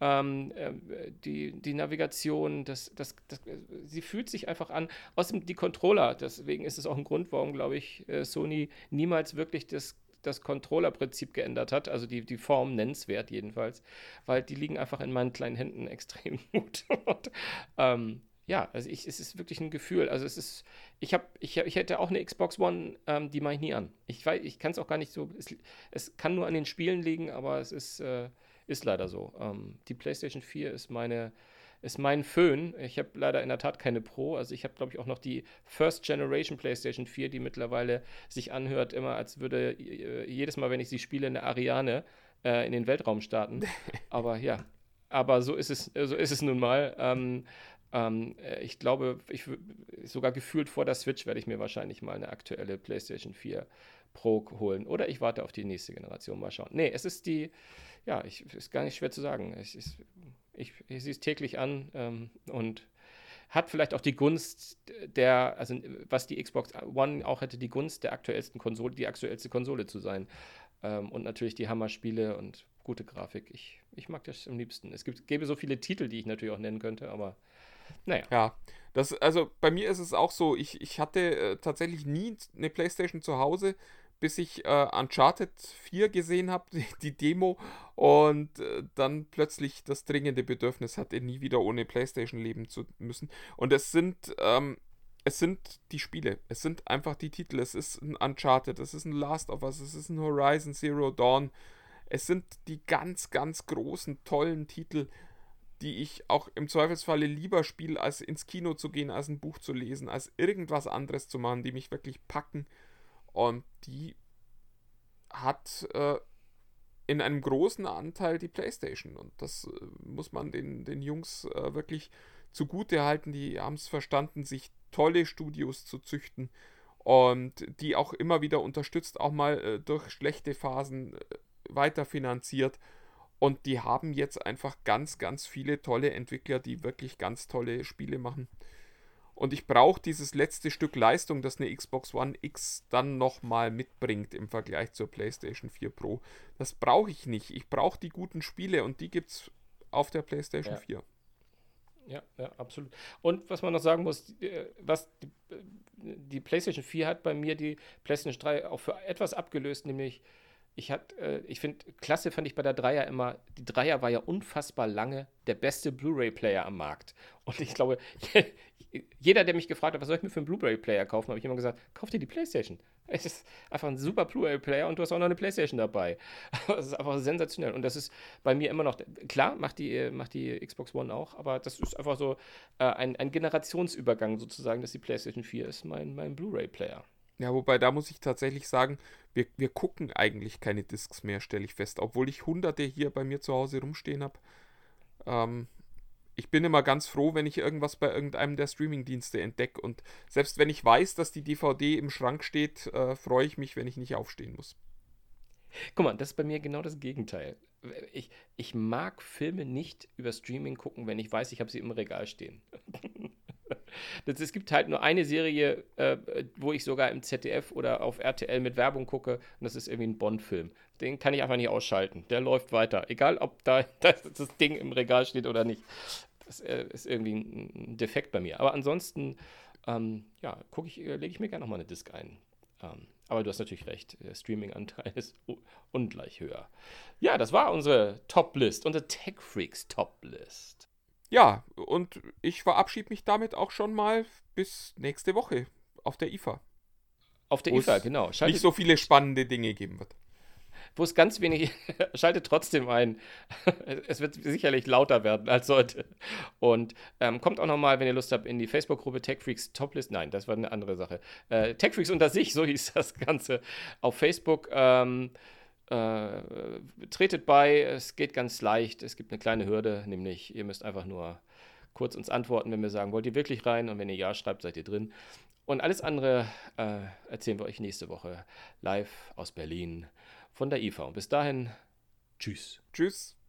die Navigation, sie fühlt sich einfach an. Außerdem die Controller, deswegen ist es auch ein Grund, warum, glaube ich, Sony niemals wirklich das Controller-Prinzip geändert hat, also die Form nennenswert jedenfalls, weil die liegen einfach in meinen kleinen Händen extrem gut. Und, ja, also es ist wirklich ein Gefühl. Also ich hätte auch eine Xbox One, die mache ich nie an. Ich kann es auch gar nicht so, es kann nur an den Spielen liegen, aber es ist leider so. Die PlayStation 4 ist mein Föhn. Ich habe leider in der Tat keine Pro. Also ich habe, glaube ich, auch noch die First Generation PlayStation 4, die mittlerweile sich anhört, immer als würde jedes Mal, wenn ich sie spiele, eine Ariane in den Weltraum starten. Aber ja, so ist es nun mal. Ich glaube, sogar gefühlt vor der Switch werde ich mir wahrscheinlich mal eine aktuelle PlayStation 4 Pro holen. Oder ich warte auf die nächste Generation. Mal schauen. Nee, es ist ist gar nicht schwer zu sagen. Ich sehe es täglich an und hat vielleicht auch die Gunst also was die Xbox One auch hätte, die Gunst der aktuellsten Konsole, die aktuellste Konsole zu sein. Und natürlich die Hammerspiele und gute Grafik. Ich mag das am liebsten. Gäbe so viele Titel, die ich natürlich auch nennen könnte, aber naja. Ja, also bei mir ist es auch so, ich hatte tatsächlich nie eine PlayStation zu Hause, bis ich Uncharted 4 gesehen habe, die Demo, und dann plötzlich das dringende Bedürfnis hatte, nie wieder ohne PlayStation leben zu müssen. Und es sind die Spiele, es sind einfach die Titel, es ist ein Uncharted, es ist ein Last of Us, es ist ein Horizon Zero Dawn, es sind die ganz, ganz großen, tollen Titel, die ich auch im Zweifelsfalle lieber spiele, als ins Kino zu gehen, als ein Buch zu lesen, als irgendwas anderes zu machen, die mich wirklich packen. Und die hat in einem großen Anteil die PlayStation. Und das muss man den Jungs wirklich zugute halten. Die haben es verstanden, sich tolle Studios zu züchten und die auch immer wieder unterstützt, auch mal durch schlechte Phasen weiterfinanziert. Und die haben jetzt einfach ganz, ganz viele tolle Entwickler, die wirklich ganz tolle Spiele machen. Und ich brauche dieses letzte Stück Leistung, das eine Xbox One X dann nochmal mitbringt im Vergleich zur PlayStation 4 Pro. Das brauche ich nicht. Ich brauche die guten Spiele und die gibt es auf der PlayStation 4. Ja, absolut. Und was man noch sagen muss, was die PlayStation 4 hat bei mir die PlayStation 3 auch für etwas abgelöst, nämlich ich finde, klasse fand ich bei der Dreier immer, die Dreier war ja unfassbar lange der beste Blu-ray-Player am Markt. Und ich glaube, jeder, der mich gefragt hat, was soll ich mir für einen Blu-ray-Player kaufen, habe ich immer gesagt, kauf dir die PlayStation. Es ist einfach ein super Blu-ray-Player und du hast auch noch eine PlayStation dabei. Das ist einfach sensationell. Und das ist bei mir immer noch, klar, macht die Xbox One auch, aber das ist einfach so ein Generationsübergang sozusagen, dass die PlayStation 4 ist mein Blu-ray-Player. Ja, wobei da muss ich tatsächlich sagen, wir gucken eigentlich keine Discs mehr, stelle ich fest. Obwohl ich hunderte hier bei mir zu Hause rumstehen habe. Ich bin immer ganz froh, wenn ich irgendwas bei irgendeinem der Streamingdienste entdecke. Und selbst wenn ich weiß, dass die DVD im Schrank steht, freue ich mich, wenn ich nicht aufstehen muss. Guck mal, das ist bei mir genau das Gegenteil. Ich mag Filme nicht über Streaming gucken, wenn ich weiß, ich habe sie im Regal stehen. Es gibt halt nur eine Serie, wo ich sogar im ZDF oder auf RTL mit Werbung gucke, und das ist irgendwie ein Bond-Film. Den kann ich einfach nicht ausschalten. Der läuft weiter. Egal, ob da das Ding im Regal steht oder nicht. Das ist irgendwie ein Defekt bei mir. Aber ansonsten, lege ich mir gerne nochmal eine Disc ein. Aber du hast natürlich recht, der Streaming-Anteil ist ungleich höher. Ja, das war unsere Top-List, unsere Tech Freaks Top-List. Ja, und ich verabschiede mich damit auch schon mal bis nächste Woche auf der IFA. Auf der Wo IFA, es genau. nicht so viele spannende Dinge geben wird. Wo es ganz wenig, schaltet trotzdem ein. Es wird sicherlich lauter werden als heute. Und kommt auch nochmal, wenn ihr Lust habt, in die Facebook-Gruppe TechFreaks Toplist. Nein, das war eine andere Sache. TechFreaks unter sich, so hieß das Ganze auf Facebook. Tretet bei, es geht ganz leicht. Es gibt eine kleine Hürde, nämlich ihr müsst einfach nur kurz uns antworten, wenn wir sagen, wollt ihr wirklich rein? Und wenn ihr ja schreibt, seid ihr drin. Und alles andere erzählen wir euch nächste Woche live aus Berlin von der IFA. Und bis dahin, tschüss. Tschüss.